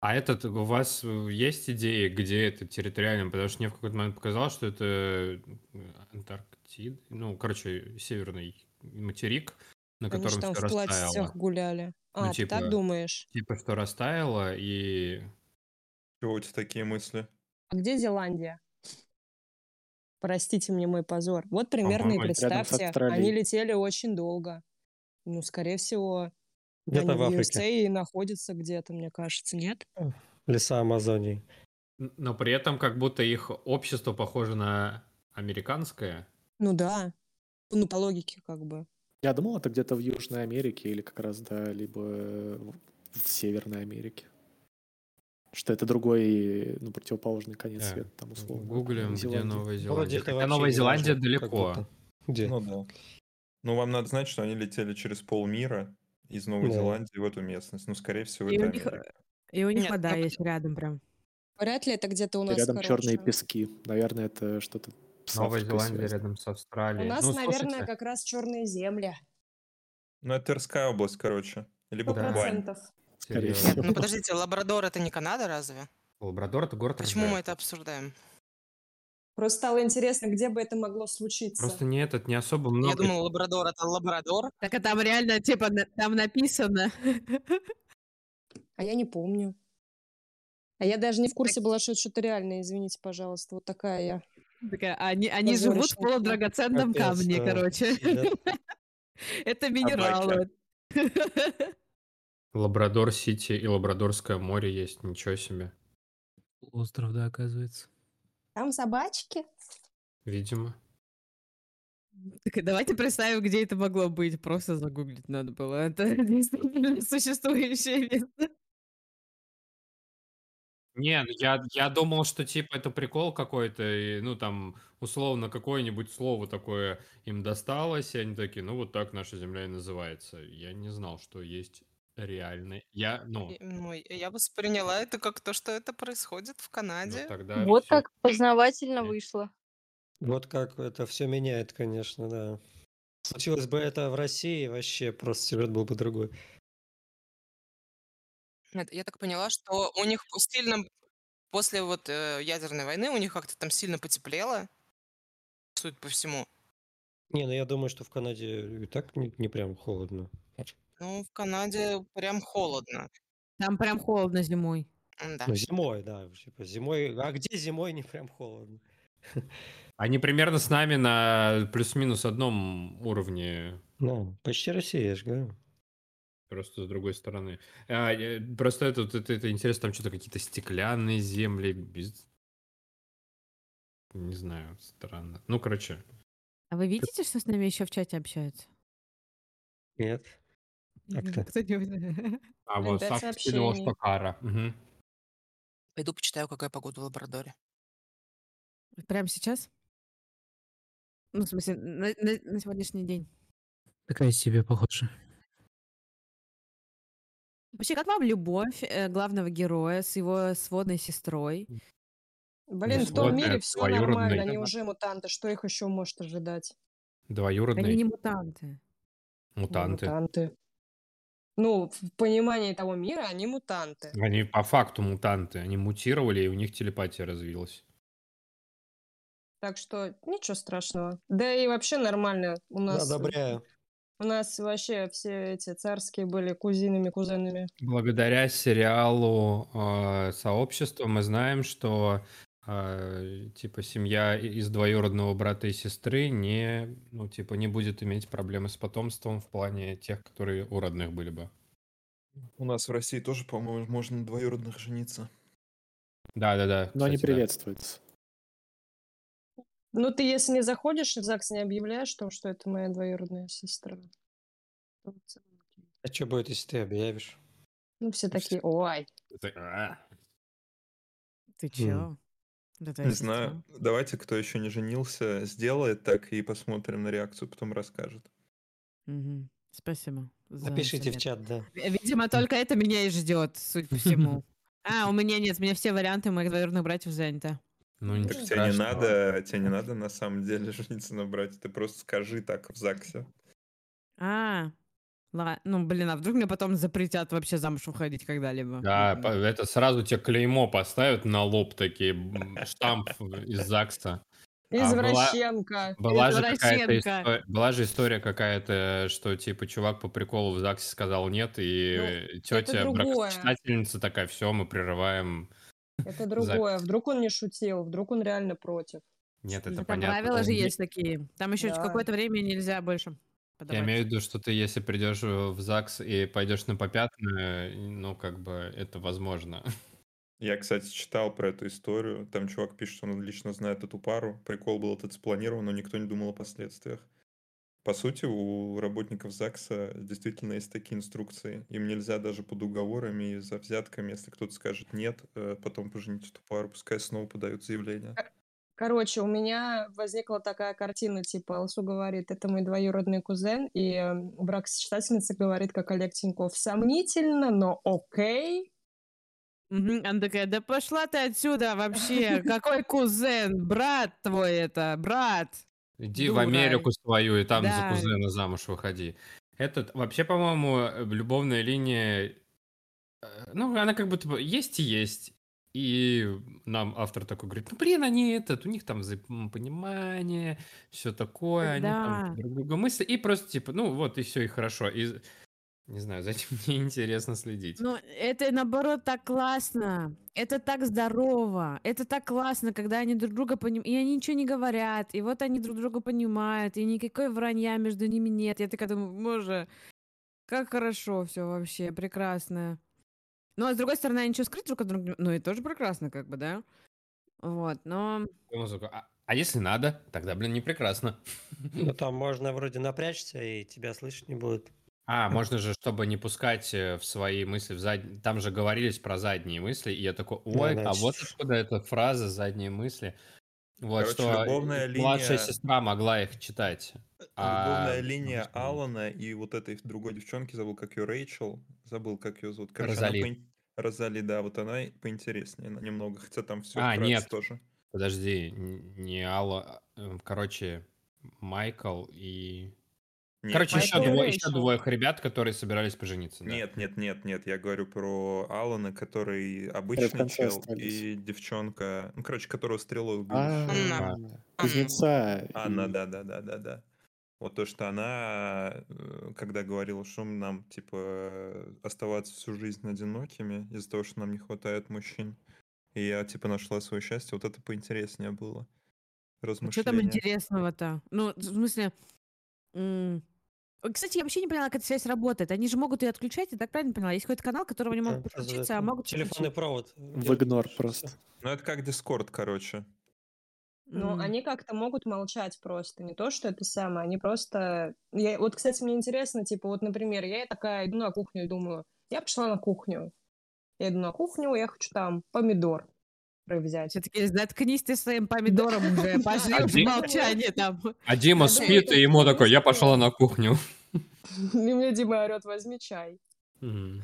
А этот, у вас э, есть идеи, где это территориально? Потому что мне в какой-то момент показалось, что это э, Антарктида, ну, короче, северный материк, на Они же котором там все в растаяло. платьях гуляли. Ну, А, ты так типа, думаешь? типа, что растаяло, и Чего у тебя такие мысли? А где Зеландия? Простите мне мой позор. Вот примерно и по-моему, Рядом с представьте, они Австралией. летели очень долго. Ну, скорее всего, Где-то они в в Африке. ю эс эй находятся где-то, мне кажется, нет? Леса Амазонии. н- но при этом как будто их общество похоже на американское. Ну да. Ну, по логике, как бы. Я думал, это где-то в Южной Америке или как раз, да, либо э, в в Северной Америке. Что это другой, ну, противоположный конец Да, света, там, условно, гуглим, Новой где Зеландии. Новая Вроде Зеландия. это Хотя вообще Новая не Зеландия важно, как далеко. будто. Где? Ну да. Ну, вам надо знать, что они летели через полмира из Новой Да. Зеландии в эту местность. Ну, скорее всего, И это у них, Америка. и у них Нет, вода ну, есть рядом прям. Вряд ли это где-то у И нас рядом черные хорошее. пески. Наверное, это что-то с Новая Африкой Зеландия связано. рядом с У Австралией. нас, Ну, наверное, слушайте, как раз черные земли. Ну, это Тверская область, короче. Либо Сто да, Кубань. процентов. Скорее Нет, серьезно. ну всего. подождите, Лабрадор это не Канада разве? Лабрадор — это город Почему мы Рождество. это обсуждаем? Просто стало интересно, где бы это могло случиться. Просто не этот, не особо Я много. думала, Лабрадор это Лабрадор. Так а там реально, типа, на- там написано. А я не помню. А я даже не в Так, курсе была, что это что-то реальное, извините, пожалуйста. Вот такая я такая, они, они живут в позорищница. полудрагоценном Капец, камне, да. короче. Сидят. Это Собаки. минералы. Лабрадор Сити и Лабрадорское море есть, ничего себе. Остров, да, оказывается. Там собачки. Видимо. Так, давайте представим, где это могло быть. Просто загуглить надо было. Это действительно существующее место. Не, ну я, я думал, что типа это прикол какой-то, и, ну там условно какое-нибудь слово такое им досталось, и они такие, ну вот так наша земля и называется. Я не знал, что есть реально. Я, ну, И, ну, и я восприняла это как то, что это происходит в ну Канаде. тогда Вот все. как познавательно вышло. Вот как это все меняет, конечно, да. Случилось бы это в России, вообще просто сюжет был бы другой. Нет, я так поняла, что у них сильно после вот э, ядерной войны у них как-то там сильно потеплело, судя по всему. Не, ну я думаю, что в Канаде и так не, не прям холодно. Ну, в Канаде прям холодно. Там прям холодно зимой. Да. Ну, зимой, да. Типа, зимой. А где зимой не прям холодно? Они примерно с нами на плюс-минус одном уровне, Ну, почти Россия, я же говорю. просто с другой стороны. А, э, просто это, это, это интересно, там что-то какие-то стеклянные земли, без... Не знаю, странно. Ну, короче, А вы видите, что с нами еще в чате общаются? Нет. А кто? Кто-нибудь? а Блин, вот пять Саша скидывал, сообщений. что кара. Мгм. Пойду почитаю, какая погода в Лабрадоре. Прямо сейчас? Ну, в смысле, на, на- на сегодняшний день. Такая себе похожа. Вообще, как вам любовь э, главного героя с его сводной сестрой? Блин, в том Сводный мире от все нормально, двоюродной. они уже мутанты. Что их еще может ожидать? Они Двоюродные не мутанты. Ну, мутанты. мутанты. Ну, в понимании того мира они мутанты. Они по факту мутанты. Они мутировали, и у них телепатия развилась. Так что ничего страшного. Да и вообще нормально. У нас, Одобряю. у нас вообще все эти царские были кузинами, кузенами. Благодаря сериалу э, «Сообщество» мы знаем, что э, типа семья и- из двоюродного брата и сестры не, ну, типа, не будет иметь проблемы с потомством в плане тех, которые у родных были бы. У нас в России тоже, по-моему, можно на двоюродных жениться. Да-да-да, Но не кстати, да. приветствуется. Ну, ты если не заходишь в ЗАГС, не объявляешь том, что это моя двоюродная сестра. то в целом окей. А что будет, если ты объявишь? Ну, все такие, ой. Это- а. Ты М. чё? Да твоя Не знаю. сестра. Давайте, кто еще не женился, сделает так и посмотрим на реакцию, потом расскажет. Мгм. Спасибо за Напишите в совет. чат, да. Э, Видимо, только это меня и ждет, судя по всему. А, у меня нет, у меня все варианты моих двоюродных братьев заняты. Ну, ничего Так тебе не страшного. надо, тебе не надо на самом деле жениться на брате, ты просто скажи так в ЗАГСе. А, Ла- Ну, блин, а вдруг мне потом запретят вообще замуж выходить когда-либо? Да, М-м. по- это сразу тебе клеймо поставят на лоб такие, м, штамп из ЗАГСа. А была, Извращенка. была же какая-то Извращенка. история, была же история какая-то, что типа чувак по приколу в ЗАГСе сказал нет, Ну, и это тетя другое. бракосочетательница такая, все, мы прерываем Это ЗАГС. другое. Вдруг он не шутил, вдруг он реально против. Нет, это Да там понятно. правила но же не- есть такие. Там еще Да. какое-то время нельзя больше Я подавать. имею в виду, что ты, если придешь в ЗАГС и пойдешь на попятную, ну, как бы, это возможно. Я, кстати, читал про эту историю. Там чувак пишет, что он лично знает эту пару. Прикол был этот спланирован, но никто не думал о последствиях. По сути, у работников ЗАГСа действительно есть такие инструкции. Им нельзя даже под уговорами и за взятками, если кто-то скажет нет, э, потом поженить эту пару, пускай снова подают заявление. Короче, у меня возникла такая картина, типа, Алсу говорит, это мой двоюродный кузен, и э, бракосочетательница говорит, как Олег Тиньков, сомнительно, но окей. Мгм. Она такая, да пошла ты отсюда вообще. Какой кузен? Брат твой это, брат. Иди в Дура. Америку свою и там за Да. кузена замуж выходи. Этот, вообще, по-моему, э, любовная линия, э, ну, она как будто бы есть и есть. И нам автор такой говорит, ну, блин, они этот, у них там взаимопонимание, все такое, они там Да. друг друга мыслят. И просто типа, ну, вот, и все, и хорошо. И, не знаю, за этим мне интересно следить. Ну, это наоборот так классно. Это так здорово. Это так классно, когда они друг друга понимают. И они ничего не говорят. И вот они друг друга понимают. И никакой вранья между ними нет. Я такая думаю, боже, как хорошо все вообще. Прекрасно. Ну, а с другой стороны, они ничего скрыть друг от друга. Ну, и тоже прекрасно, как бы, да? Вот, но... Музыку. А, а если надо, тогда, блин, не прекрасно. Ну, там можно вроде напрячься, и тебя слышать не будут. А, можно же, чтобы не пускать э, в свои мысли в задние... Там же говорились про задние мысли, и я такой, ой, Да, а вот значит, откуда эта фраза «задние мысли». Вот, Короче, что любовная и младшая линия... сестра могла их читать. А Любовная линия обычно нет. Алана и вот этой другой девчонки, забыл, как ее, Рэйчел, забыл, как ее зовут. Короче, Розали. она поин- Розали, да, вот она и поинтереснее она немного, хотя там все А, вкратце нет, тоже. подожди, н- не Алла, э, короче, Майкл и... Нет, Короче, еще Майкл и двое, еще Рэйчел. двоих ребят, которые собирались пожениться, да. нет, нет, нет, нет, я говорю про Алана, который Которые в обычный конце чел, остались. и девчонка, ну, короче, которого стрелой убили. А, Анна. А, Анна. кузнеца. Анна, и- да, да, да, да, да. Вот то, что она, э, когда говорила, что нам, типа, э, оставаться всю жизнь одинокими из-за того, что нам не хватает мужчин, и я, типа, нашла свое счастье, вот это поинтереснее было. А что там Размышления. интересного-то? Ну, в смысле... м, Ой, Кстати, я вообще не поняла, как эта связь работает. Они же могут ее отключать, я так правильно поняла? Есть какой-то канал, к которому они могут э, подключиться, а это могут телефонный отключить. провод. В делают, игнор всё. просто. Ну, это как Дискорд, короче. Но М. они как-то могут молчать просто. Не то, что это самое, они просто... Я... Вот, кстати, мне интересно, типа, вот, например, я такая иду на кухню и думаю, я пошла на кухню. Я иду на кухню, я хочу там помидор взять. Все таки заткнись ты своим Да, помидором уже, да. поживи А, в Ди- Я думаю, молчании там. а Дима я думаю, спит, это и ему такой, я просто... пошла на кухню. И мне Дима орет, возьми чай. Мгм.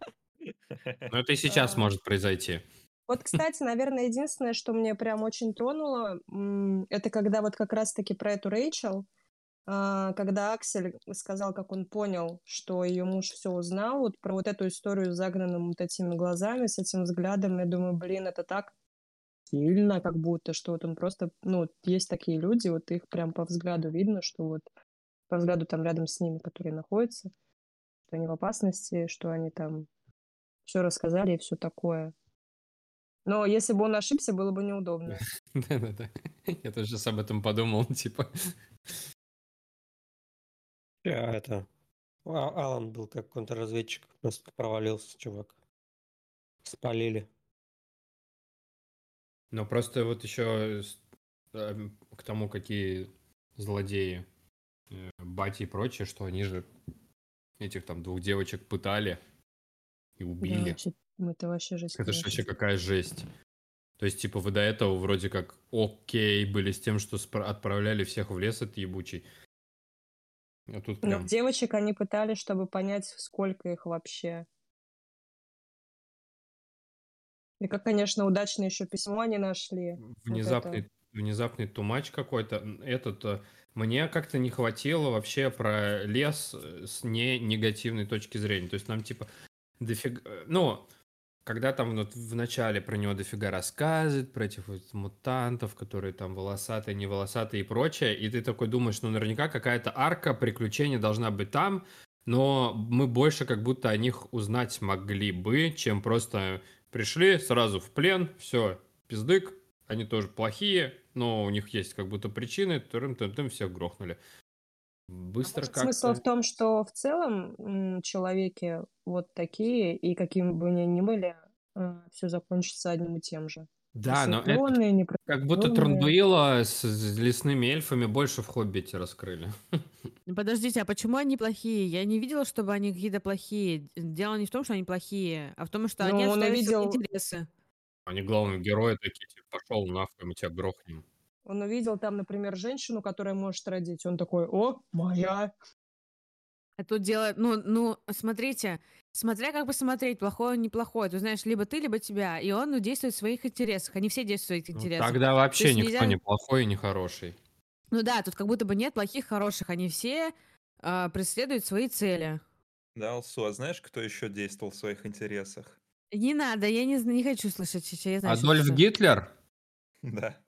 Ну, это и сейчас А, может произойти. Вот, кстати, наверное, единственное, что мне прям очень тронуло, м, это когда вот как раз-таки про эту Рэйчел, а, когда Аксель сказал, как он понял, что ее муж все узнал, вот про вот эту историю с загнанными вот этими глазами, с этим взглядом, я думаю, блин, это так сильно, как будто, что вот он просто, ну, вот есть такие люди, вот их прям по взгляду видно, что вот по взгляду там рядом с ними, которые находятся, что они в опасности, что они там все рассказали и все такое. Но если бы он ошибся, было бы неудобно. Да-да-да. Я тоже сейчас об этом подумал, типа. А это... А- Алан был как контрразведчик, просто провалился, чувак. Спалили. Но просто вот еще к тому, какие злодеи, э, бати и прочее, что они же этих там двух девочек пытали и Да, убили. вообще, ну, это вообще жесть, Это же вообще конечно. какая жесть. То есть, типа, вы до этого вроде как окей были с тем, что спра- отправляли всех в лес этот ебучий. А тут Но прям... девочек они пытались, чтобы понять, сколько их вообще. И как, конечно, удачно еще письмо они нашли. Вот это. Внезапный, внезапный тумач какой-то. Н- Этот, э, мне как-то не хватило вообще про лес э, с не негативной точки зрения. То есть нам типа дофиг... э, Ну, когда там вот в начале про него дофига рассказывают, про этих вот мутантов, которые там волосатые, не волосатые и прочее, и ты такой думаешь, ну наверняка какая-то арка приключений должна быть там, но мы больше как будто о них узнать могли бы, чем просто пришли сразу в плен, все, пиздык, они тоже плохие, но у них есть как будто причины, тырым-тым-тым, всех грохнули. Быстро Может, смысл в как-то. том, что в целом м, человеки вот такие, и какими бы они ни были, все закончится одним и тем же. Да, но это Просветленные, как будто непросветленные. Трандуила с, с лесными эльфами больше в Хоббите раскрыли. Ну, Подождите, а почему они плохие? Я не видела, чтобы они какие-то плохие. Дело не в том, что они плохие, а в том, что они Ну, он отстаивают свои увидел, интересы. Они главные герои такие, типа, пошел нахуй, мы тебя грохнем. он увидел там, например, женщину, которая может родить. Он такой, о, моя. А тут дело, ну, ну, смотрите, смотря как бы смотреть, плохое, неплохое. Ты знаешь, либо ты, либо тебя. И он ну, действует в своих интересах. Они все действуют в своих Ну, интересах. тогда То вообще есть никто нельзя... не плохой и не хороший. Ну да, тут как будто бы нет плохих, хороших. Они все а, преследуют свои цели. Да, Алсу, а знаешь, кто еще действовал в своих интересах? Не надо, я не, зн- не хочу слышать, чё- я знаю, что это Адольф всё. Гитлер? Да.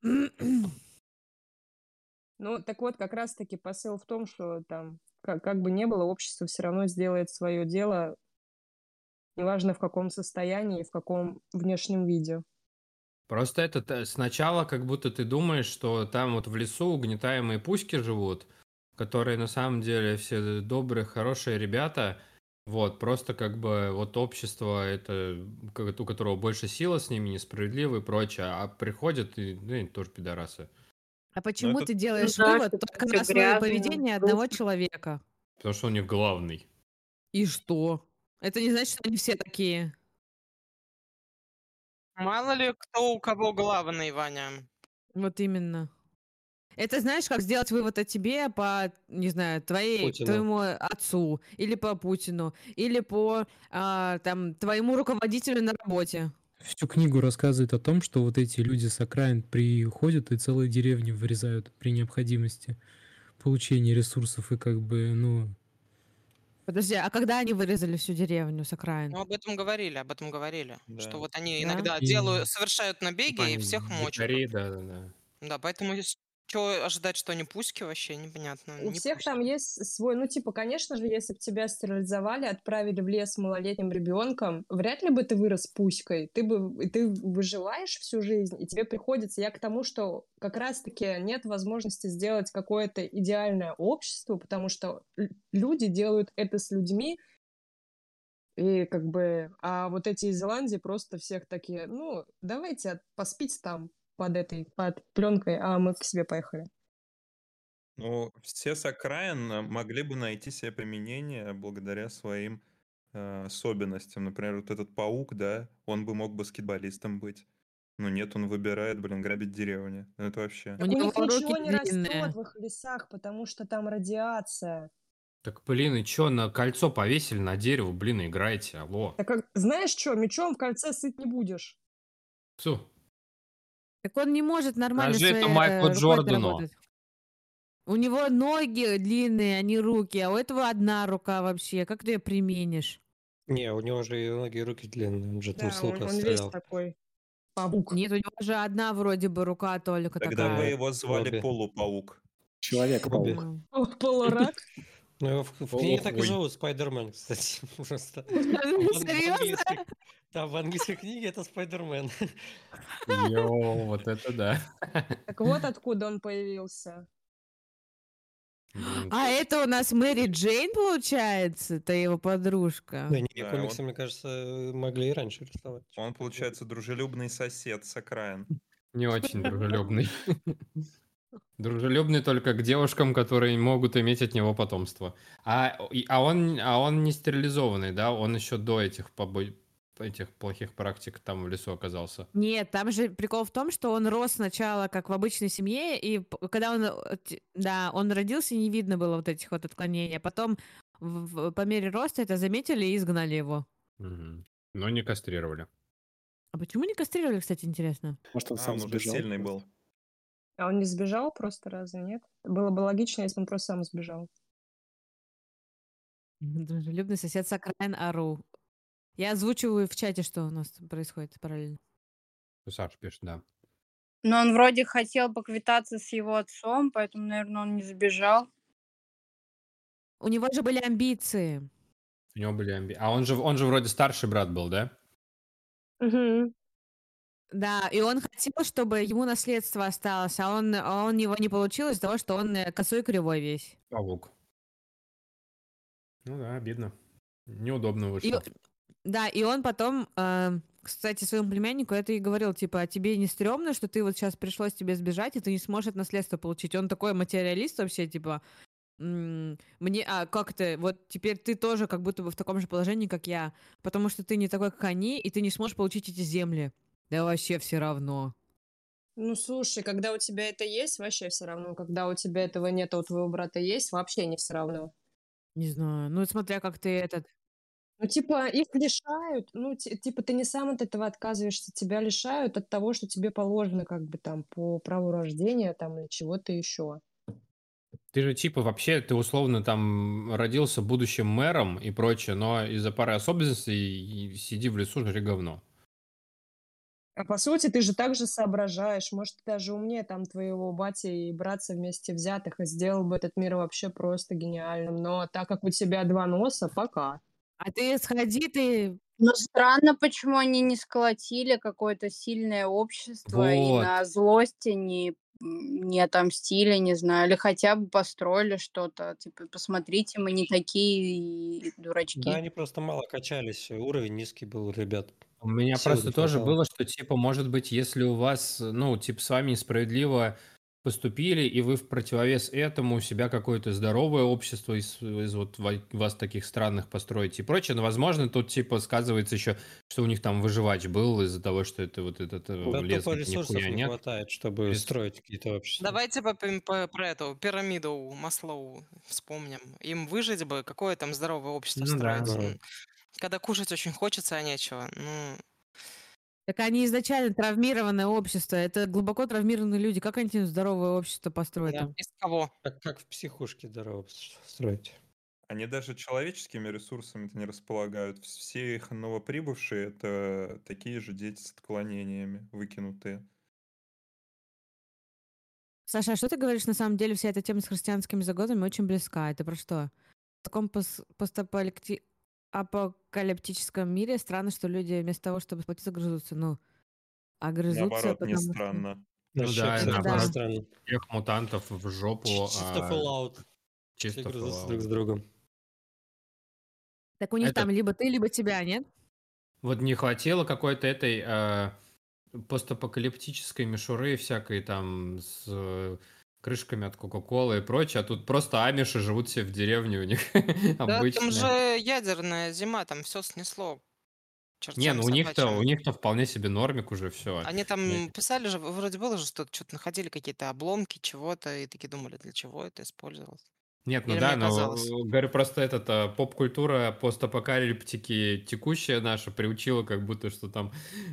Ну, так вот, как раз-таки посыл в том, что там, как, как бы ни было, общество все равно сделает свое дело, неважно в каком состоянии и в каком внешнем виде. Просто это т- сначала как будто ты думаешь, что там вот в лесу угнетаемые пуськи живут, которые на самом деле все добрые, хорошие ребята. Вот, просто как бы вот общество, это как- у которого больше сила с ними, несправедливо и прочее, а приходят и, ну, и тоже пидорасы. А почему это- ты Ну делаешь да, вывод что только всё на основе грязно, поведения одного грустно. человека? Потому что он у них главный. И что? Это не значит, что они все такие. Мало ли кто у кого главный, Ваня. Вот именно. Это знаешь, как сделать вывод о тебе по, не знаю, твоей, Путину. твоему отцу, или по Путину, или по а, там, твоему руководителю на работе. Всю книгу рассказывает о том, что вот эти люди с окраин приходят и целые деревни вырезают при необходимости получения ресурсов и как бы, ну, Подожди, а когда они вырезали всю деревню с окраин? Ну, об этом говорили, об этом говорили. Да. Что вот они Да? иногда И- делают, совершают Типа набеги и они всех мочат. дикари, да-да-да. Да, поэтому что ожидать, что они пуськи вообще, непонятно. У не всех пуськи. там есть свой, ну, типа, конечно же, если бы тебя стерилизовали, отправили в лес с малолетним ребенком, вряд ли бы ты вырос пуськой. Ты бы, и ты выживаешь всю жизнь, и тебе приходится, я к тому, что как раз-таки нет возможности сделать какое-то идеальное общество, потому что л- люди делают это с людьми, и как бы, а вот эти из Зеландии просто всех такие, ну, давайте от- поспите там под этой, под пленкой, а мы к себе поехали. Ну, все с окраин э, могли бы найти себе применение благодаря своим э, особенностям. Например, вот этот паук, да, он бы мог баскетболистом быть. Но нет, он выбирает, блин, грабить деревни. Ну, это вообще... У Так у него них ничего руки не растет длинные. в их лесах, потому что там радиация. Так, блин, и чё, на кольцо повесили на дерево, блин, играйте, алло. Так как, знаешь что, мечом в кольце сыт не будешь. Всё. Так он не может нормально Скажи это своей Майклу э, рукой Джордану. работать. У него ноги длинные, а не руки, а у этого одна рука вообще. Как ты ее применишь? Не, у него же и ноги, и руки длинные, он же там Да, с он, лука он весь стрелял. такой паук. Нет, у него же одна вроде бы рука только Тогда бы такая. его звали Обе. Полупаук. Человек-паук. М. О, полурак. Ну, его в, в книге так и Полухуй. зовут, Спайдермен, кстати. Просто там в, ан- в Серьезно? английской, там в английской книге это Спайдермен. Йоу, вот это да. Так вот откуда он появился. Блин, А это у нас Мэри Джейн, получается? Это его подружка. Да, не, Да, комиксы, он- мне кажется, могли и раньше рисовать. Он, получается, дружелюбный сосед с окраин. не очень дружелюбный. Дружелюбный только к девушкам, которые могут иметь от него потомство. А, и- а, он, а он не стерилизованный, да? Он еще до этих, побо- этих плохих практик там в лесу оказался. Нет, там же прикол в том, что он рос сначала как в обычной семье, и п- когда он, э, т- да, он родился, не видно было вот этих вот отклонений. А потом в- в- по мере роста это заметили и изгнали его. Мгм. Но не кастрировали. А почему не кастрировали, кстати, интересно? Может, он А, сам он уже сбежал сильный просто. был. А он не сбежал просто разве, нет? Было бы логично, если бы он просто сам сбежал. Дружелюбный сосед с окраин Ару. Я озвучиваю в чате, что у нас происходит параллельно. Саша пишет, да. Но он вроде хотел поквитаться с его отцом, поэтому, наверное, он не сбежал. У него же были амбиции. У него были амби... А он же, он же вроде старший брат был, да? Угу. Да, и он хотел, чтобы ему наследство осталось, а он, а он его не получил из-за того, что он э, косой и кривой весь. Паук. Ну да, обидно. Неудобно И, вышло. да, и он потом, э, кстати, своему племяннику это и говорил, типа, а тебе не стрёмно, что ты вот сейчас пришлось тебе сбежать, и ты не сможешь это наследство получить? Он такой материалист вообще, типа, м, мне, а как ты, вот теперь ты тоже как будто бы в таком же положении, как я, потому что ты не такой, как они, и ты не сможешь получить эти земли. Да вообще все равно. Ну, слушай, когда у тебя это есть, вообще все равно. Когда у тебя этого нет, а у твоего брата есть, вообще не все равно. Не знаю, ну смотря как ты этот... Ну, типа, их лишают, ну, ти- типа, ты не сам от этого отказываешься, тебя лишают от того, что тебе положено, как бы, там, по праву рождения, там, или чего-то еще. Ты же типа вообще, ты условно там родился будущим мэром и прочее, но из-за пары особенностей и сиди в лесу, жри говно. А по сути, ты же так же соображаешь, может, ты даже умнее там твоего бати и братца вместе взятых, и сделал бы этот мир вообще просто гениальным. Но так как у тебя два носа, пока. А ты сходи, ты... Но странно, почему они не сколотили какое-то сильное общество и Вот. на злости не, м, не отомстили, не знаю, или хотя бы построили что-то. Типа, посмотрите, мы не такие и Да, дурачки. они просто мало качались, уровень низкий был у ребят. У меня Сил просто не тоже хватало. было, что типа, может быть, если у вас, ну, типа, с вами несправедливо поступили, и вы в противовес этому у себя какое-то здоровое общество из, из вот ва- вас таких странных построите и прочее, но, возможно, тут, типа, сказывается еще, что у них там выживач был из-за того, что это вот этот э, Да лес, тупо где ресурсов нихуя не нет. хватает, чтобы Рес- строить какие-то общества. Давайте по, пи- по- про эту пирамиду Маслоу вспомним. Им выжить бы, какое там здоровое общество Ну да. строить. Ага. М, Когда кушать очень хочется, а нечего. Ну, Так они изначально травмированное общество. Это глубоко травмированные люди. Как они тебе здоровое общество построят да. им? Из кого? Как, как в психушке здорово строить. Они даже человеческими ресурсами-то не располагают. Все их новоприбывшие — это такие же дети с отклонениями, выкинутые. Саша, а что ты говоришь? На самом деле вся эта тема с христианскими загадами очень близка. Это про что? В таком пос- постапокалипти- апокалиптическом мире странно, что люди вместо того, чтобы сплотиться, грызутся. Ну, а грызутся, Наоборот, не потому что... странно. Ну Вообще да, и Это абсолютно не да. наоборот, странно. всех мутантов в жопу, Чи- Чисто а, Fallout. Все чисто грызутся друг с Fallout. другом. Так у них Это там либо ты, либо тебя, нет? вот не хватило какой-то этой а, постапокалиптической мишуры всякой там с э, крышками от Кока-Колы и прочее, а тут просто амиши живут себе в деревне у них Да, там же обычные. ядерная зима, там все снесло к Не, чертям ну у них-то, у собачьим. них-то вполне себе нормик уже все. Они там писали же, вроде было же, что что-то находили какие-то обломки чего-то, и такие думали, для чего это использовалось. Нет, ну Или да, мне но казалось. э, говорю, просто этот а, поп-культура постапокалиптики текущая наша приучила, как будто что там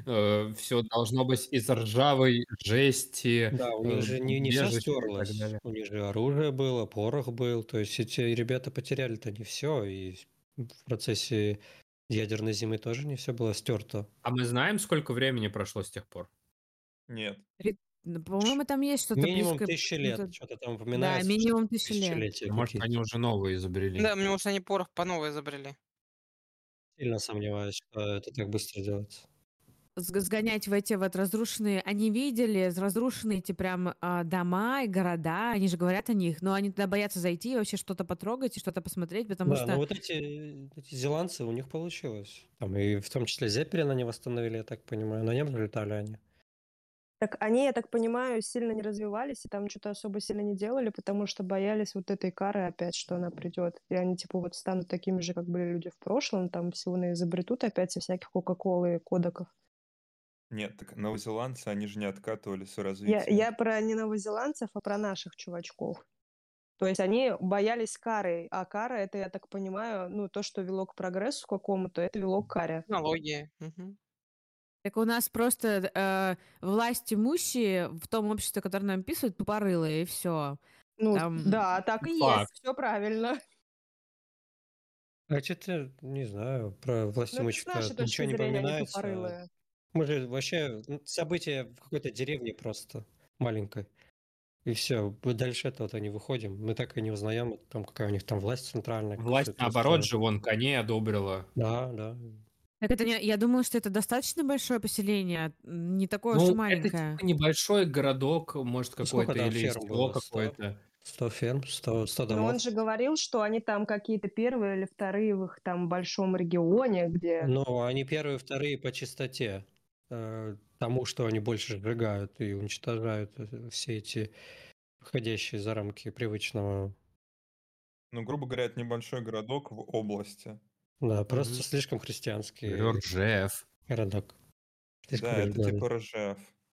все должно быть из ржавой жести, Да, у э, них же не, не все убежища и так стерлось. далее. У них же оружие было, порох был. То есть эти ребята потеряли-то не все. И в процессе ядерной зимы тоже не все было стерто. А мы знаем, сколько времени прошло с тех пор? Нет. Ри- ну, По-моему, там есть что-то Минимум близкое. тысячи ну, лет. то- Что-то там Да, упоминается. что минимум тысячи лет. тысячелетия Ну, может, какие-то. они уже новые изобрели. Да, мне может, они порох по новой изобрели. Сильно сомневаюсь, что это так быстро делается. Сг- Сгонять в эти вот разрушенные... Они видели разрушенные эти прям а, дома и города, они же говорят о них, но они туда боятся зайти и вообще что-то потрогать и что-то посмотреть, потому Да, но что... вот эти, эти зеландцы, у них получилось. Там и в том числе Зеппелин они восстановили, я так понимаю. На нем же летали они. Так они, я так понимаю, сильно не развивались, и там что-то особо сильно не делали, потому что боялись вот этой кары опять, что она придет. И они, типа, вот станут такими же, как были люди в прошлом, там всего изобретут опять со всяких Кока-Колы и кодеков. Нет, так новозеландцы, они же не откатывались в Я, развитии. я про не новозеландцев, а про наших чувачков. То есть они боялись кары, а кара, это, я так понимаю, ну, то, что вело к прогрессу какому-то, это вело к каре. Технологии. Мгм. Так у нас просто э, власть имущие в том обществе, которое нам описывают, тупорылые, и все. Ну, Там да, так и есть, Факт. все правильно. А что-то, не знаю, про власть Ну, это с имущества нашей точки ничего не зрения они упоминается. тупорылые. Мы же вообще м, события в какой-то деревне просто маленькой. И все, дальше этого-то не выходим. Мы так и не узнаем, там, какая у них там власть центральная, как все Власть, это наоборот устроено. же, вон, коней одобрила. Да, да. Так это не, я думаю, что это достаточно большое поселение, м, не такое уж и Ну, это маленькое. типа небольшой городок, может, Ну, сколько какой-то, там или ферм село было? Сто? какое-то. Сто ферм, сто, сто Но он домов. же говорил, что они там какие-то первые или вторые в их там большом регионе, где... Но они первые, вторые по чистоте. э, Тому, что они больше сжигают и уничтожают э, все эти выходящие за рамки привычного. Ну, грубо говоря, это небольшой городок в области. Да, просто Мгм. слишком христианский Ржев. городок. Слишком Да, это религиозный. типа Ржев.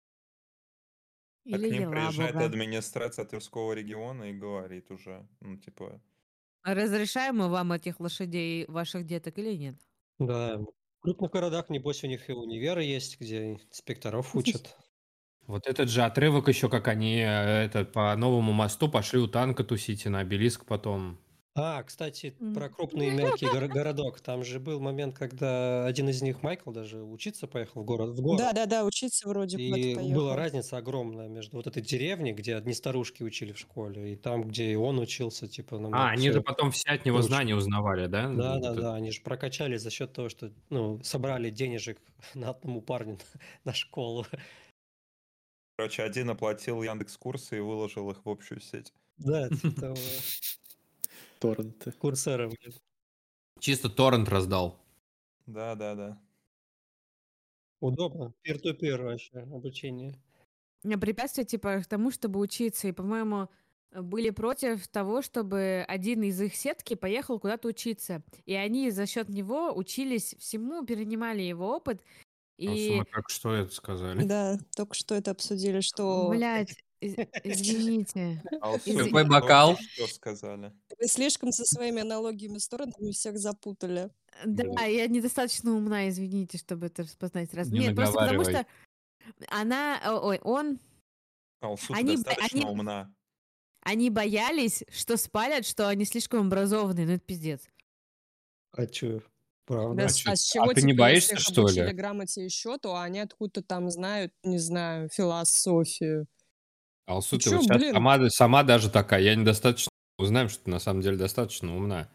А Или к ним приезжает Елабуга. администрация Тверского региона и говорит уже, ну, типа, А разрешаем мы вам этих лошадей, ваших деток, или нет? Да, в крупных городах, небось, у них и универы есть, где инспекторов учат. Вот этот же отрывок еще, как они э, это, по новому мосту пошли у танка тусить и на обелиск потом. А, кстати, М. про крупный и мелкий горо- городок. Там же был момент, когда один из них, Майкл, даже учиться поехал в город. В город. Да-да-да, учиться вроде куда-то И была поехал. разница огромная между вот этой деревней, где одни старушки учили в школе, и там, где и он учился, типа, А, намного они же все потом все от него круче. знания узнавали, да? Да, Вот да, это- да, они же прокачали за счет того, что, ну, собрали денежек на одному парню на школу. короче, один оплатил Яндекс.Курсы и выложил их в общую сеть. Да, типа того. Торренты. Курсера, блин. Чисто торрент раздал. Да, да, да. Удобно. Пир-ту-пир вообще обучение. Не, препятствия типа к тому, чтобы учиться. И, по-моему, э, были против того, чтобы один из их сетки поехал куда-то учиться. И они за счет него учились всему, перенимали его опыт. Алсу, мы И, только что это сказали. Да, только что это обсудили, что блядь, из- извините. Алсу, Изви- Какой мы бокал? только что сказали. вы слишком со своими аналогиями с торрентами всех запутали. Да, Блин. я недостаточно умна, извините, чтобы это распознать раз. Не Нет, просто потому наговаривай. что она, о- ой, он, Алсу, ты они, бо- достаточно они, умна. они боялись, что спалят, что они слишком образованные. Ну, это пиздец. А чё? Да, Правда? А с- чё- а с а чего, ты не типа, боишься, если их что обучили ли? грамоте еще, то они откуда-то там знают, не знаю, философию. Алсу, Ну ты чё, вот сейчас блин, сама, сама даже такая, я недостаточно... Узнаем, что ты на самом деле достаточно умна.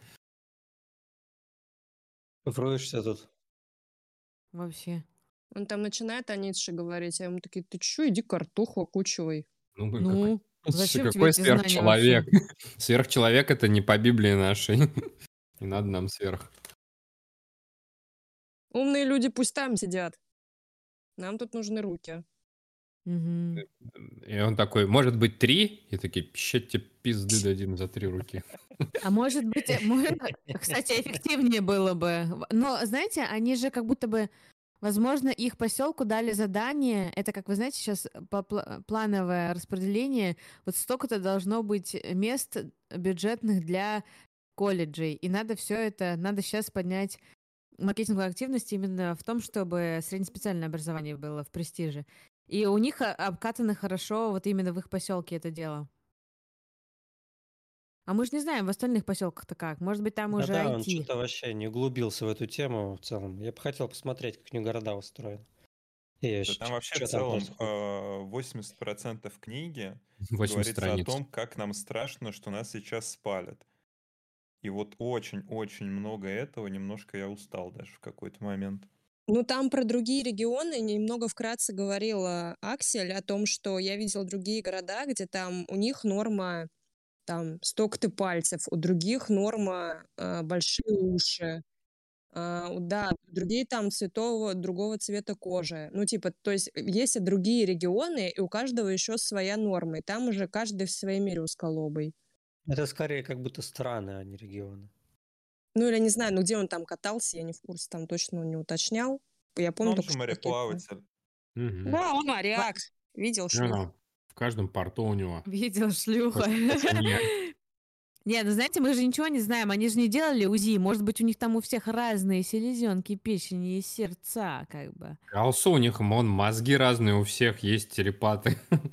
Вроешься тут. Вообще. он там начинает о Ницше говорить, а ему такие, ты чё, иди картоху окучивай. Ну, как- Ну, Слушай, зачем тебе какой эти знания сверхчеловек? вообще? Сверхчеловек это не по Библии нашей. Не надо нам сверх. Умные люди пусть там сидят. Нам тут нужны руки. Мгм. И он такой, может быть, три? И такие, щет тебе пизды дадим за три руки. А может быть, э, может, кстати, эффективнее было бы. В- Но, знаете, они же как будто бы, возможно, их поселку дали задание. Это, как вы знаете, сейчас по пла- плановое распределение. Вот столько-то должно быть мест бюджетных для колледжей. И надо все это, надо сейчас поднять маркетинговую активность именно в том, чтобы среднеспециальное образование было в престиже. И у них а, обкатано хорошо вот именно в их поселке это дело. А мы же не знаем в остальных поселках-то как. Может быть, там уже Да-да, он ай ти. что-то вообще не углубился в эту тему в целом. Я бы хотел посмотреть, как у них города устроены. И Да там вообще в что там целом происходит. э, восемьдесят процентов книги восемьдесят говорится о страниц. том, как нам страшно, что нас сейчас спалят. И вот очень-очень много этого, немножко я устал даже в какой-то момент. Ну, там про другие регионы немного вкратце говорила Аксель о том, что я видела другие города, где там у них норма там столько-то пальцев, у других норма а, большие уши. А, у- да, другие там цветового, другого цвета кожи. Ну, типа, то есть э, есть и другие регионы, и у каждого еще своя норма, и там уже каждый в своей мере усколобый. Это скорее как будто страны, а не регионы. Ну, или не знаю, ну где он там катался, я не в курсе, там точно он не уточнял. Я Но помню он только, же что какие-то... мореплаватель. Мгм. Да, он Ва- моряк. Видел Ну шлюх. да, в каждом порту у него. Видел шлюха. По стране. Не, ну знаете, мы же ничего не знаем, они же не делали УЗИ, может быть, у них там у всех разные селезенки, печени и сердца, как бы. Алсу, у них вон мозги разные, у всех есть телепаты.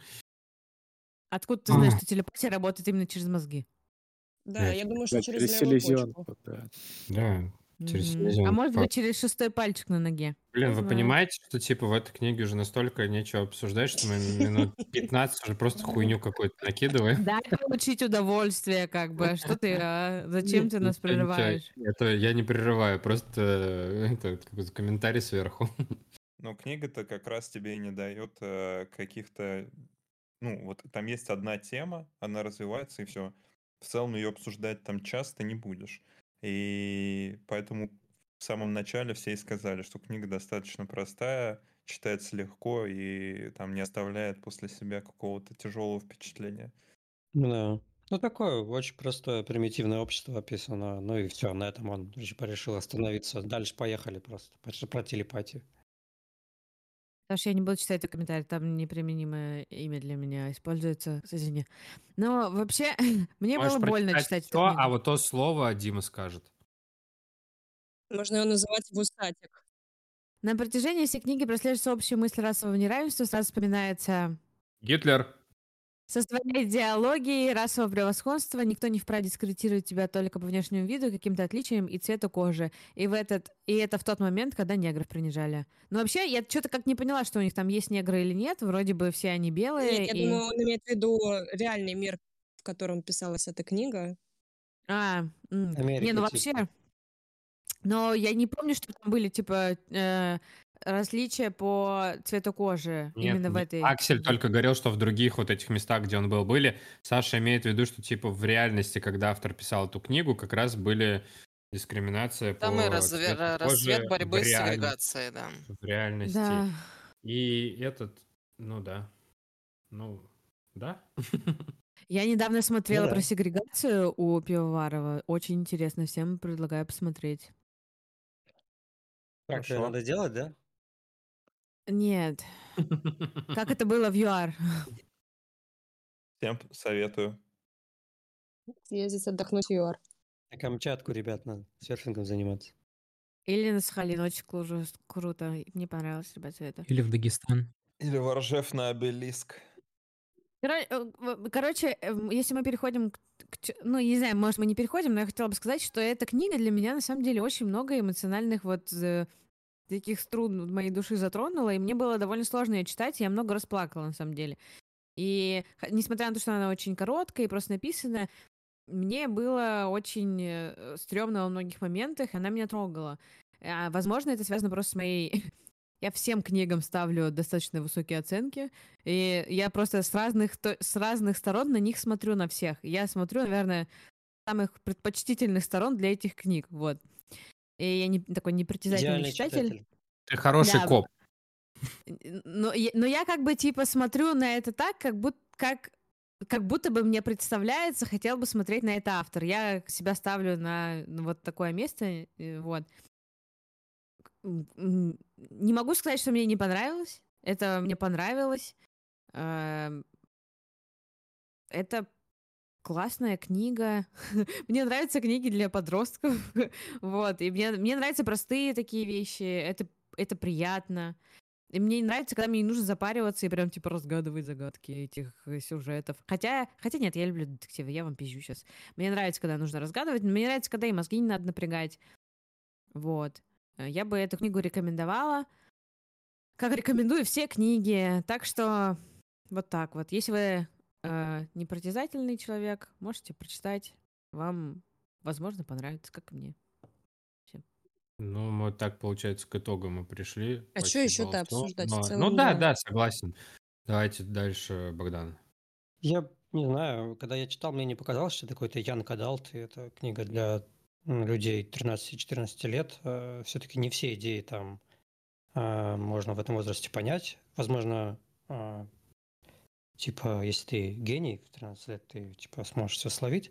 Откуда ты знаешь, что телепатия работает именно через мозги? Да, Блядь, я думаю, Да, что через через левую почку. селезенку, да. Да, через Мгм. А селезенку. может быть, через шестой пальчик на ноге. Блин, Кто вы знает. понимаете, что типа в этой книге уже настолько нечего обсуждать, что мы минут пятнадцать уже просто хуйню какую-то накидываем. Дай получить удовольствие, как бы. Что ты, а? Зачем ты нас Ничего, ничего, прерываешь? это я не прерываю, просто э, это какой-то комментарий сверху. Но книга-то как раз тебе и не дает э, каких-то... Ну, вот там есть одна тема, она развивается, и все. В целом ее обсуждать там часто не будешь. И поэтому в самом начале все и сказали, что книга достаточно простая, читается легко и там не оставляет после себя какого-то тяжелого впечатления. Да. Ну, такое очень простое, примитивное общество описано. Ну и все, на этом он решил остановиться. Дальше поехали просто. Про про телепатию. Потому что я не буду читать этот комментарий, там неприменимое имя для меня используется, извини. Но вообще, мне Можешь было больно прочитать читать эту все, а книгу. вот то слово Дима скажет. Можно его называть вусатик. На протяжении всей книги прослеживается общая мысль расового неравенства, сразу вспоминается Гитлер. со своей идеологией расового превосходства никто не вправе дискредитировать тебя только по внешнему виду, каким-то отличиям и цвету кожи. И, в этот, и это в тот момент, когда негров принижали. Но вообще, я что-то как не поняла, что у них там есть негры или нет. Вроде бы все они Нет, белые. я И... думаю, он имеет в виду реальный мир, в котором писалась эта книга. А, м. не, Америка, ну вообще... типа. Но я не помню, что там были, типа, э, различия по цвету кожи Нет, именно в не- этой Аксель книге. только говорил, что в других вот этих местах, где он был, были. Саша имеет в виду, что типа в реальности, когда автор писал эту книгу, как раз были дискриминация Там и по разве- цвету ра- кожи расцвет в борьбы с реальности. сегрегацией, да. В реальности. Да. И этот, ну да, ну да. Я недавно Ну смотрела про да. сегрегацию у Пивоварова. Очень интересно, всем предлагаю посмотреть. Так, э, Хорошо. надо делать, да? Нет. Как это было в ЮАР? Всем советую. Съездить отдохнуть в ЮАР. На Камчатку, ребят, надо серфингом заниматься. Или на Сахалин, очень кру- круто. Мне понравилось, ребят, все это. Или в Дагестан. Или воржев на обелиск. Коро- э, в- Короче, эм, если мы переходим к, к чё- ну, не знаю, может, мы не переходим, но я хотела бы сказать, что эта книга для меня, на самом деле, очень много эмоциональных вот э, таких струн моей души затронула, и мне было довольно сложно ее читать, я много раз плакала, на самом деле. И х- несмотря на то, что она очень короткая и просто написана, мне было очень э, стрёмно во многих моментах, и она меня трогала. А, возможно, это связано просто с моей... Я всем книгам ставлю достаточно высокие оценки, и я просто с разных, то- с разных сторон на них смотрю на всех. Я смотрю, наверное, с самых предпочтительных сторон для этих книг, вот. И я не такой непритязательный Идеальный читатель. читатель. Ты хороший Да, коп. Н- Но, я- но я как бы типа смотрю на это так, как будто, как, как будто бы мне представляется, хотел бы смотреть на это автор. Я себя ставлю на, на вот такое место, э, вот. М, м, Не могу сказать, что мне не понравилось. Это мне понравилось. Эм, Это классная книга. Мне нравятся книги для подростков. Вот. И мне, мне нравятся простые такие вещи. Это, это приятно. И мне не нравится, когда мне не нужно запариваться и прям типа разгадывать загадки этих э, сюжетов. Хотя, хотя нет, я люблю детективы, я вам пизжу сейчас. Мне нравится, когда нужно разгадывать, но мне нравится, когда и мозги не надо напрягать. Вот. Э, Я бы эту книгу рекомендовала. Как рекомендую все книги. Так что вот так вот. Если вы э, непритязательный человек, можете прочитать. Вам, возможно, понравится, как и мне. Всё. Ну, мы так, получается, к итогу мы пришли. А что Почти еще-то было всё. обсуждать? В Но- Ну целом, да, да. да, согласен. Давайте дальше, Богдан. Я не знаю, когда я читал, мне не показалось, что это какой-то Young Adult, и это книга для м, людей тринадцати-четырнадцати лет. Все-таки не все идеи там а, можно в этом возрасте понять. Возможно, а, типа, если ты гений в тринадцать лет, ты типа сможешь все словить.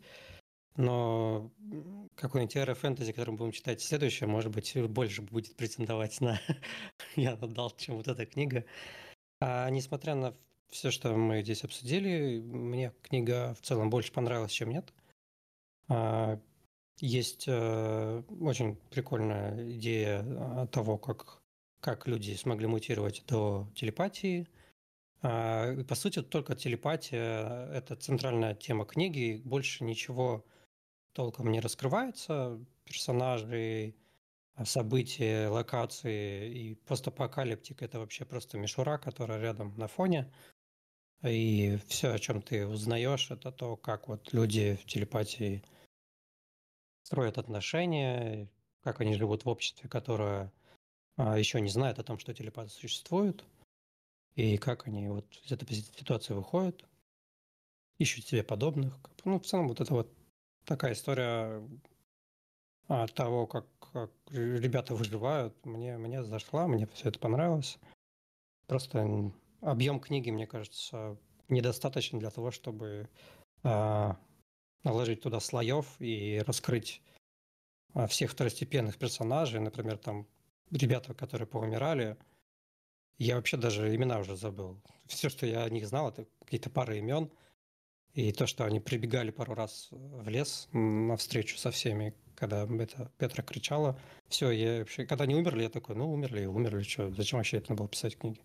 Но м, какой-нибудь эро-фэнтези, который мы будем читать следующее, может быть, больше будет претендовать на Young Adult, чем вот эта книга. А несмотря на все, что мы здесь обсудили, мне книга в целом больше понравилась, чем нет. А, Есть э, очень прикольная идея а, того, как, как люди смогли мутировать до телепатии. А, и, По сути, только телепатия – это центральная тема книги, больше ничего толком не раскрывается. Персонажи, а, события, локации и постапокалиптика – это вообще просто мишура, которая рядом на фоне. И все, о чем ты узнаешь, это то, как вот люди в телепатии строят отношения, как они живут в обществе, которое а, еще не знает о том, что телепаты существуют, и как они вот из этой ситуации выходят, ищут себе подобных. Как бы, Ну, в целом, вот это вот такая история а, того, как, как ребята выживают, мне, мне зашла, мне все это понравилось. Просто м, объем книги, мне кажется, недостаточно для того, чтобы а, наложить туда слоев и раскрыть а, всех второстепенных персонажей. Например, там ребята, которые поумирали, я вообще даже имена уже забыл. Все, что я о них знал, это какие-то пары имен. И то, что они прибегали пару раз в лес м, навстречу со всеми, когда это Петра кричала. Все, я вообще, когда они умерли, я такой, ну, умерли и умерли, что, зачем вообще это надо было писать книги?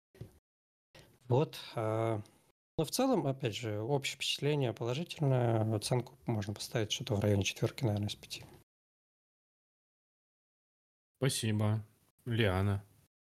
Вот. а, Но в целом, опять же, общее впечатление положительное. Оценку можно поставить что-то в районе четверки, наверное, из пяти. Спасибо. Лиана.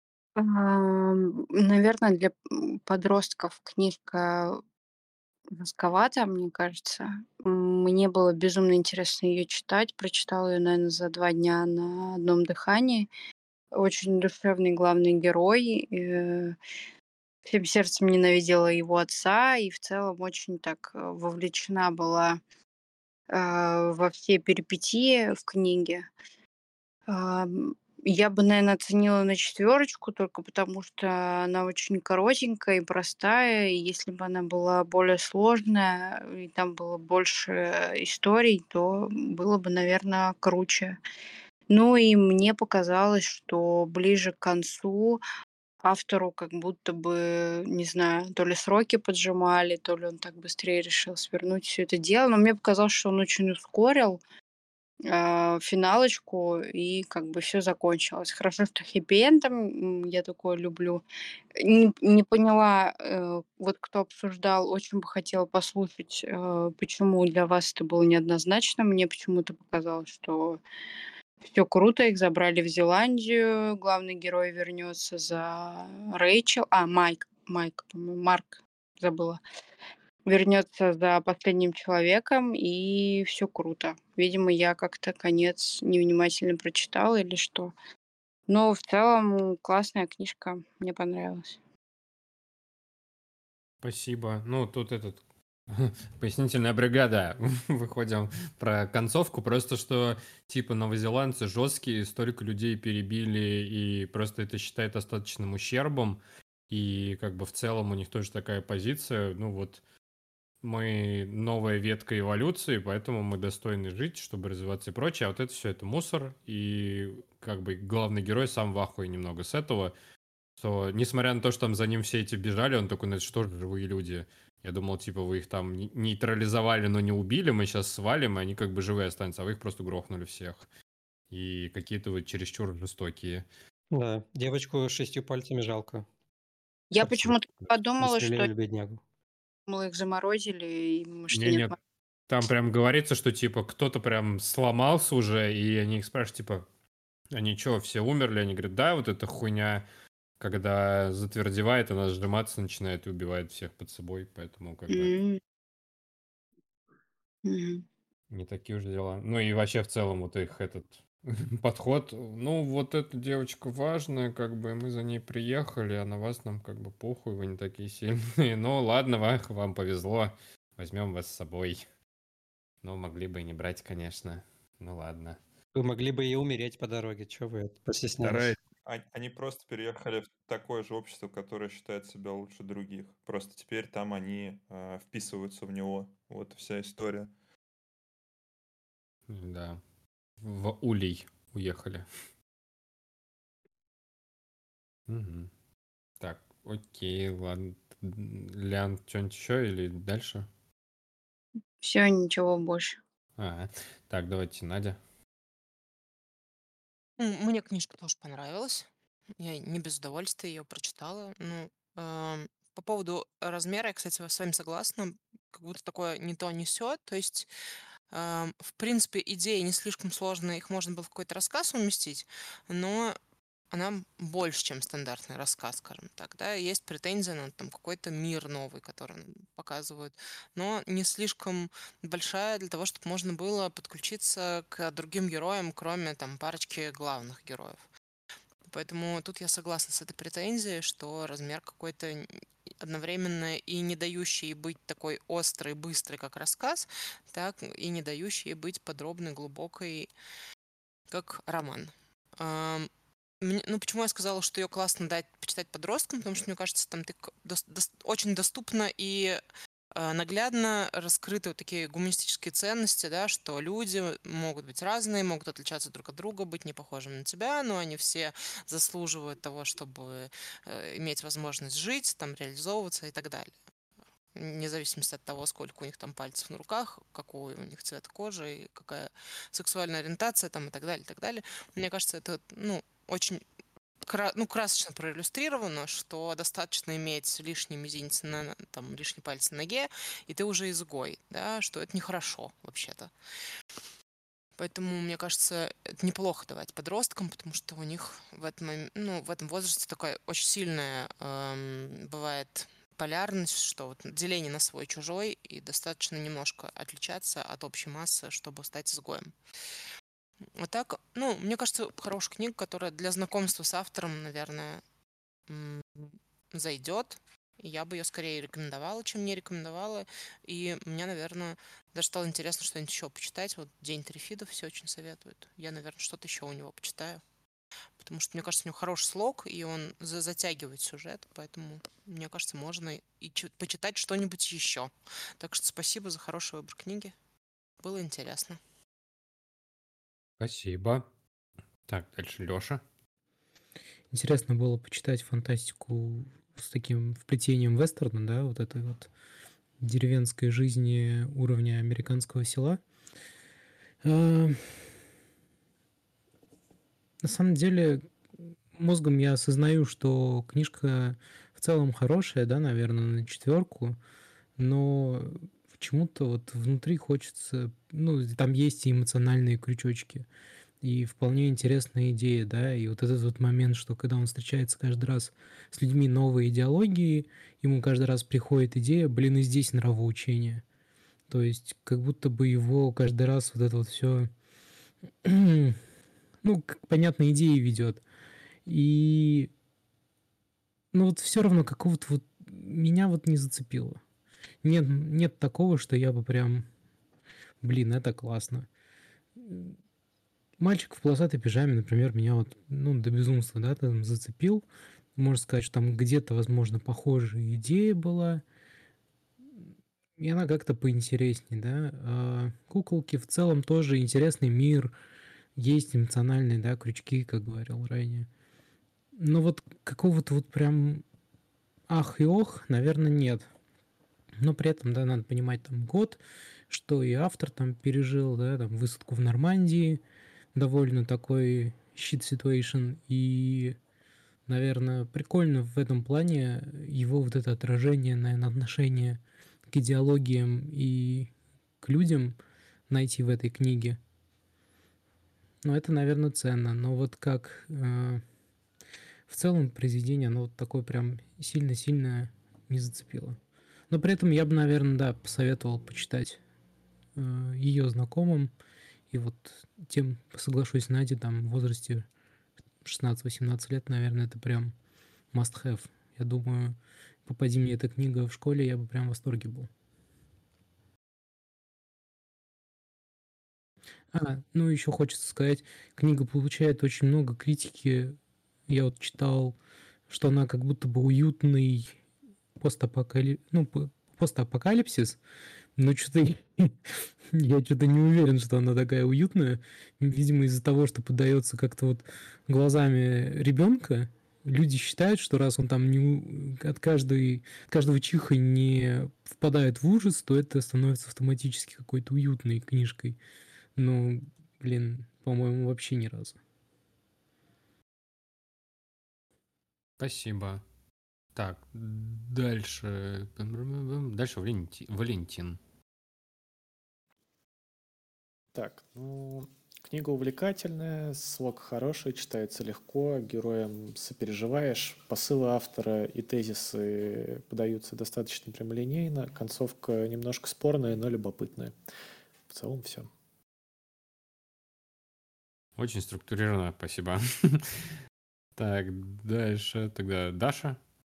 Наверное, для м, подростков книжка жестковата, мне кажется. М, Мне было безумно интересно ее читать. Прочитала ее, наверное, за два дня на одном дыхании. Очень душевный главный герой. э, Всем сердцем ненавидела его отца и в целом очень так э, вовлечена была э, во все перипетии в книге. Ам, я бы, наверное, оценила на четверочку только потому, что она очень коротенькая и простая. И если бы она была более сложная, и там было больше историй, то было бы, наверное, круче. Ну и мне показалось, что ближе к концу автору как будто бы, не знаю, то ли сроки поджимали, то ли он так быстрее решил свернуть все это дело. Но мне показалось, что он очень ускорил а, финалочку, и как бы все закончилось. Хорошо, что хэппи-эндом, м, я такое люблю. Не не поняла, э, вот кто обсуждал, очень бы хотела послушать, э, почему для вас это было неоднозначно. Мне почему-то показалось, что все круто, их забрали в Зеландию, главный герой вернется за Рэйчел, а, Майк Майк, по-моему, Марк, забыла. Вернется за последним человеком, и все круто. Видимо, я как-то конец невнимательно прочитала или что. Но в целом классная книжка, мне понравилась. Спасибо. Ну, тут этот пояснительная бригада. Выходим про концовку. Просто что, типа, новозеландцы жесткие, столько людей перебили, и просто это считает остаточным ущербом. И как бы в целом у них тоже такая позиция. Ну вот мы новая ветка эволюции, поэтому мы достойны жить, чтобы развиваться и прочее. А вот это все это мусор. И как бы главный герой сам в ахуе немного с этого. Что, несмотря на то, что там за ним все эти бежали, он такой, ну это что же живые люди? Я думал, типа, вы их там не- нейтрализовали, но не убили, мы сейчас свалим, и они как бы живые останутся, а вы их просто грохнули всех. И какие-то вот чересчур жестокие. Да, девочку с шестью пальцами жалко. Я Как почему-то Да. подумала, что застрелили беднягу. думала, их заморозили, и, может, Не, нет. нет, там прям говорится, что, типа, кто-то прям сломался уже, и они их спрашивают, типа, они что, все умерли? Они говорят, да, вот эта хуйня, когда затвердевает, она сжиматься начинает и убивает всех под собой, поэтому как бы... М, мгм. Не такие уж дела. Ну и вообще в целом вот их этот подход. Ну вот эта девочка важная, как бы мы за ней приехали, а на вас нам как бы похуй, вы не такие сильные. Ну ладно, вам, вам повезло, возьмем вас с собой. Ну могли бы и не брать, конечно. Ну ладно. Вы могли бы и умереть по дороге, что вы это постеснялись? Вторая. А- Они просто переехали в такое же общество, которое считает себя лучше других. Просто теперь там они э, вписываются в него. Вот и вся история. Да. В Улей уехали. Мгм. Так, окей, ладно. Лян, что-нибудь еще или дальше? Все, ничего больше. А, так, давайте, Надя. М, Мне книжка тоже понравилась. Я не без удовольствия ее прочитала. Ну, ам, по поводу размера, я, кстати, с вами согласна. Как будто такое не то несет. То есть, ам, в принципе, идеи не слишком сложные, их можно было в какой-то рассказ уместить, но она больше, чем стандартный рассказ, скажем так, да. Есть претензия на там какой-то мир новый, который нам показывают, но не слишком большая для того, чтобы можно было подключиться к другим героям, кроме там парочки главных героев. Поэтому тут я согласна с этой претензией, что размер какой-то н- одновременно и не дающий быть такой острый, быстрый, как рассказ, так и не дающий быть подробной, глубокой, как роман. Ам, мне- Ну, почему я сказала, что ее классно дать почитать подросткам, потому что, мне кажется, там ты к- дос- дос- очень доступно и э, наглядно раскрыты вот такие гуманистические ценности, да, что люди могут быть разные, могут отличаться друг от друга, быть не похожими на тебя, но они все заслуживают того, чтобы э, иметь возможность жить, там, реализовываться и так далее. Вне зависимости от того, сколько у них там пальцев на руках, какой у них цвет кожи, и какая сексуальная ориентация там и так далее, и так далее. Мне кажется, это, ну, очень кра- ну, красочно проиллюстрировано, что достаточно иметь лишний мизинец, на, там, лишний палец на ноге, и ты уже изгой, да, что это нехорошо вообще-то. Поэтому, мне кажется, это неплохо давать подросткам, потому что у них в этом, мом- ну, в этом возрасте такая очень сильная эм, бывает полярность, что вот деление на свой-чужой, и достаточно немножко отличаться от общей массы, чтобы стать изгоем. А так, ну, мне кажется, хорошая книга, которая для знакомства с автором, наверное, м, зайдет. И я бы ее скорее рекомендовала, чем не рекомендовала. И мне, наверное, даже стало интересно что-нибудь еще почитать. Вот «День Трифидов» все очень советуют. Я, наверное, что-то еще у него почитаю. Потому что, мне кажется, у него хороший слог, и он за- затягивает сюжет. Поэтому, мне кажется, можно и чё- почитать что-нибудь еще. Так что спасибо за хороший выбор книги. Было интересно. Спасибо. Так, дальше Лёша. Интересно было почитать фантастику с таким вплетением вестерна, да, вот этой вот деревенской жизни уровня американского села. А, На самом деле, мозгом я осознаю, что книжка в целом хорошая, да, наверное, на четверку, но почему-то вот внутри хочется, ну, там есть и эмоциональные крючочки, и вполне интересная идея, да, и вот этот вот момент, что когда он встречается каждый раз с людьми новой идеологии, ему каждый раз приходит идея, блин, и здесь нравоучение. То есть как будто бы его каждый раз вот это вот все, ну, к понятной идее ведет. И, ну, вот все равно какого-то вот меня вот не зацепило. Нет, нет такого, что я бы прям, блин, это классно. Мальчик в полосатой пижаме, например, меня вот, ну, до безумства, да, там зацепил. Можно сказать, что там где-то, возможно, похожая идея была, и она как-то поинтереснее, да. А куколки в целом тоже интересный мир, есть эмоциональные, да, крючки, как говорил ранее. Но вот какого-то вот прям ах и ох, наверное, нет. Но при этом, да, надо понимать там год, что и автор там пережил, да, там высадку в Нормандии, довольно такой shit situation, и, наверное, прикольно в этом плане его вот это отражение, наверное, отношение к идеологиям и к людям найти в этой книге. Ну, это, наверное, ценно. Но вот как э, в целом произведение, оно вот такое прям сильно-сильно не зацепило. Но при этом я бы, наверное, да, посоветовал почитать э, ее знакомым. И вот тем, соглашусь, Наде, там в возрасте шестнадцать-восемнадцать лет, наверное, это прям must have. Я думаю, попади мне эта книга в школе, я бы прям в восторге был. А, ну еще хочется сказать, книга получает очень много критики. Я вот читал, что она как будто бы уютный постапокали... ну, п- постапокалипсис, но что-то я что-то не уверен, что она такая уютная. Видимо, из-за того, что подается как-то вот глазами ребенка, люди считают, что раз он там не, у- от каждой, каждого чиха не впадает в ужас, то это становится автоматически какой-то уютной книжкой. Ну, блин, по-моему, вообще ни разу. Спасибо. Так, дальше. Дальше Валенти- Валентин. Так, ну, книга увлекательная, слог хороший, читается легко, героям сопереживаешь, посылы автора и тезисы подаются достаточно прямолинейно, концовка немножко спорная, но любопытная. В целом все. Очень структурировано, спасибо. Так, дальше тогда Даша.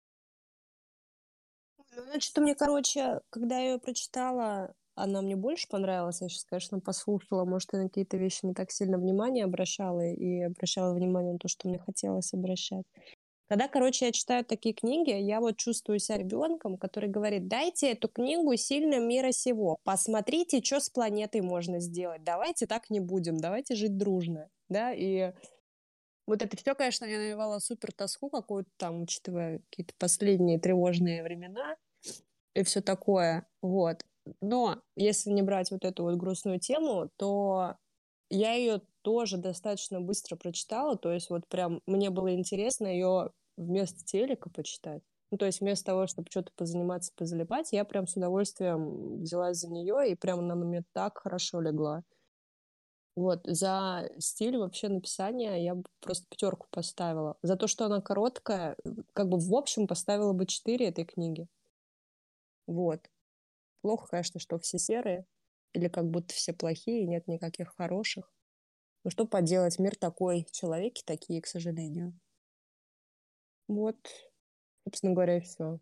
Ну, значит, мне, короче, когда я ее прочитала, она мне больше понравилась. Я сейчас, конечно, послушала, может, я на какие-то вещи не так сильно внимание обращала и обращала внимание на то, что мне хотелось обращать. Когда, короче, я читаю такие книги, я вот чувствую себя ребенком, который говорит: дайте эту книгу сильным мира сего, посмотрите, что с планетой можно сделать, давайте так не будем, давайте жить дружно, да, и вот это все, конечно, мне навевало супер тоску какую-то там, учитывая какие-то последние тревожные времена и все такое, вот. Но если не брать вот эту вот грустную тему, то я ее тоже достаточно быстро прочитала, то есть вот прям мне было интересно ее вместо телека почитать. Ну, то есть вместо того, чтобы что-то позаниматься, позалипать, я прям с удовольствием взялась за нее, и прям она на мне так хорошо легла. Вот, за стиль вообще написания я бы просто пятерку поставила. За то, что она короткая, как бы в общем поставила бы четыре этой книги. Вот. Плохо, конечно, что все серые, или как будто все плохие, и нет никаких хороших. Ну что поделать, мир такой, человеки такие, к сожалению. Вот, собственно говоря, и все.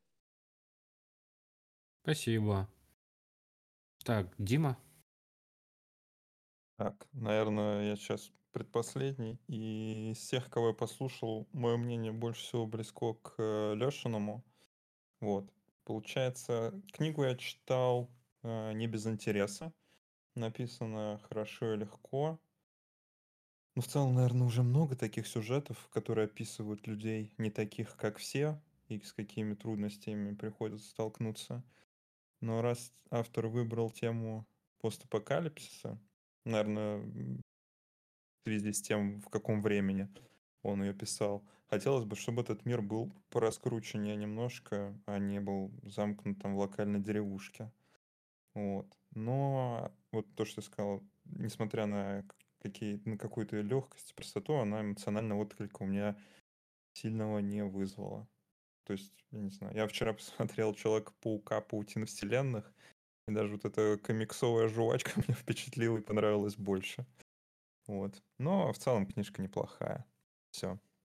Спасибо. Так, Дима. Так, наверное, я сейчас предпоследний. И из тех, кого я послушал, мое мнение больше всего близко к э, Лешиному. Вот. Получается, книгу я читал э, не без интереса. Написано хорошо и легко. Ну, в целом, наверное, уже много таких сюжетов, которые описывают людей не таких, как все, и с какими трудностями приходится столкнуться. Но раз автор выбрал тему постапокалипсиса, наверное, в связи с тем, в каком времени он ее писал, хотелось бы, чтобы этот мир был пораскрученнее немножко, а не был замкнут там в локальной деревушке. Вот. Но вот то, что я сказал, несмотря на какие, на какую-то легкость и простоту, она эмоционального отклика у меня сильного не вызвала. То есть, я не знаю, я вчера посмотрел Человека-паука, Паутина вселенных, и даже вот эта комиксовая жвачка меня впечатлила и понравилась больше. Вот. Но в целом книжка неплохая. Все.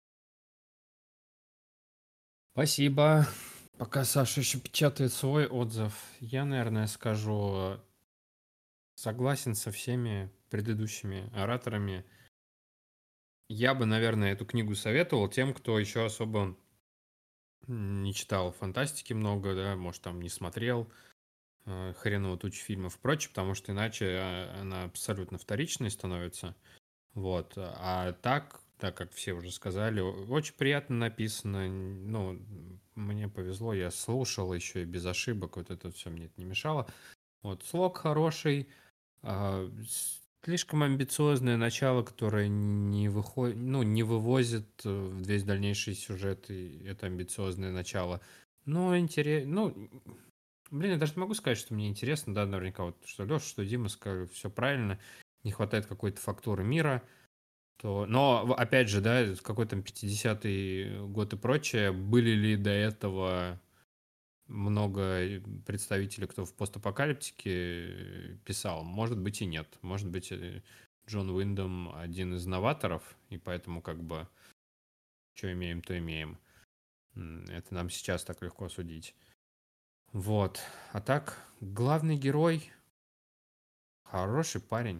Спасибо. Пока Саша еще печатает свой отзыв, я, наверное, скажу, согласен со всеми предыдущими ораторами. Я бы, наверное, эту книгу советовал тем, кто еще особо не читал фантастики много, да, может, там не смотрел э, хреново тучу фильмов и прочее, потому что иначе э, она абсолютно вторичной становится. Вот. А так, так как все уже сказали, о- очень приятно написано. н- Ну, мне повезло, я слушал еще и без ошибок, вот это все мне это не мешало. Вот, слог хороший, а, с- слишком амбициозное начало, которое не выходит, ну, не вывозит э, в весь дальнейший сюжет, и это амбициозное начало. Ну, интересно, ну, блин, я даже не могу сказать, что мне интересно, да, наверняка, вот, что Леша, что Дима сказали, все правильно, не хватает какой-то фактуры мира, то... Но, в- опять же, да, какой там пятидесятый год и прочее, были ли до этого много э, представителей, кто в постапокалиптике э, писал? Может быть и нет. Может быть, э, Джон Уиндом один из новаторов, и поэтому как бы что имеем, то имеем. М, Это нам сейчас так легко судить. Вот. А так, главный герой хороший парень.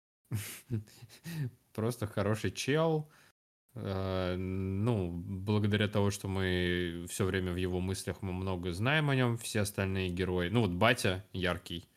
Просто хороший чел. Э, Ну, благодаря тому, что мы все время в его мыслях, мы много знаем о нем, все остальные герои. Ну, вот батя яркий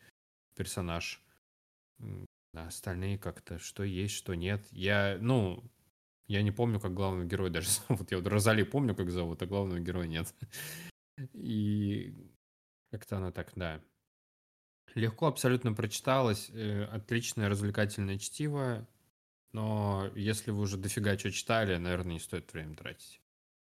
персонаж. М, А остальные как-то что есть, что нет. Я, ну, Я не помню, как главного героя даже зовут. Я вот Розали помню, как зовут, а главного героя нет. И как-то она так, да. Легко абсолютно прочиталось. э, Отличное развлекательное чтиво. Но если вы уже дофига что читали, наверное, не стоит время тратить.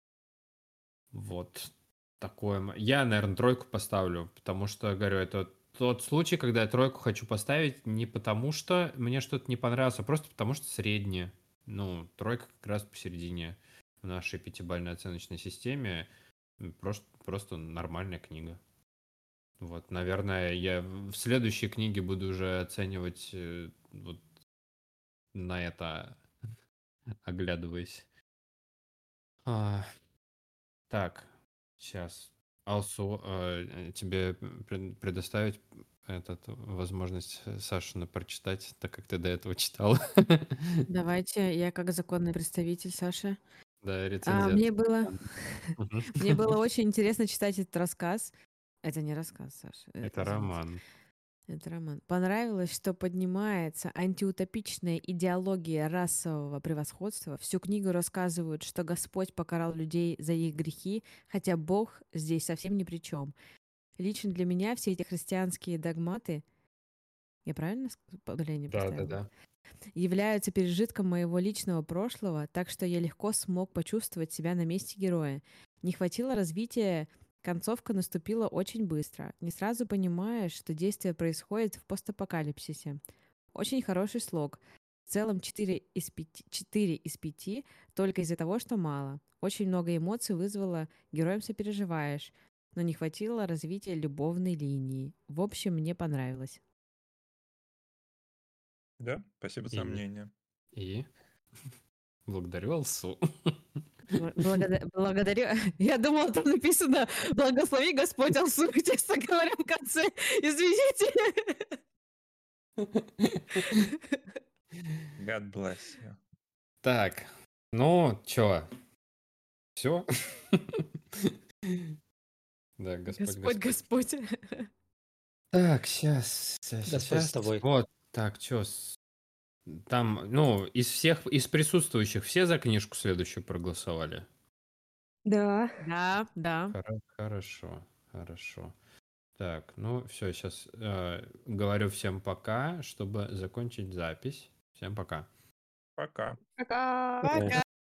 Вот такое. м- Я, наверное, тройку поставлю, потому что, говорю, это тот случай, когда я тройку хочу поставить не потому, что мне что-то не понравилось, а просто потому, что среднее. Ну, тройка как раз посередине в нашей пятибалльной оценочной системе. М, Просто, просто нормальная книга. Вот, наверное, я в в следующей книге буду уже оценивать э, вот на это, оглядываясь. А, так, сейчас. Алсу, э, тебе пред- предоставить этот, возможность э, Сашина прочитать, так как ты до этого читал. Давайте, я как законный представитель Саши. Да, А, рецензия. мне было, Мгм. мне было очень интересно читать этот рассказ. Это не рассказ, Саша, э, Это извините. роман. Это роман. Понравилось, что поднимается антиутопичная идеология расового превосходства. Всю книгу рассказывают, что Господь покарал людей за их грехи, хотя Бог здесь совсем ни при чем. Лично для меня все эти христианские догматы, я правильно ск- удаление Да, да, поставила? да. Являются пережитком моего личного прошлого, так что я легко смог почувствовать себя на месте героя. Не хватило развития, концовка наступила очень быстро. Не сразу понимаешь, что действие происходит в постапокалипсисе. Очень хороший слог. В целом четыре из пяти, четыре из пяти только из-за того, что мало. Очень много эмоций вызвало, героем сопереживаешь, но не хватило развития любовной линии. В общем, мне понравилось. Да, спасибо за И, мнение. и благодарю Алсу. Бл- благода- Благодарю. Я думала, там написано «Благослови Господь Алсу», честно говоря, в конце. Извините. God bless you. Так, ну, чё, все? Да, Господь, Господь, Господь. Господь. Так, сейчас, Господь с сейчас. тобой. Вот, так, чё, с- там, ну, из всех, из присутствующих все за книжку следующую проголосовали? Да. Да, да. Хоро- Хорошо, хорошо. Так, ну, все, сейчас говорю всем пока, чтобы закончить запись. Всем пока. Пока. Пока. Давай. Пока.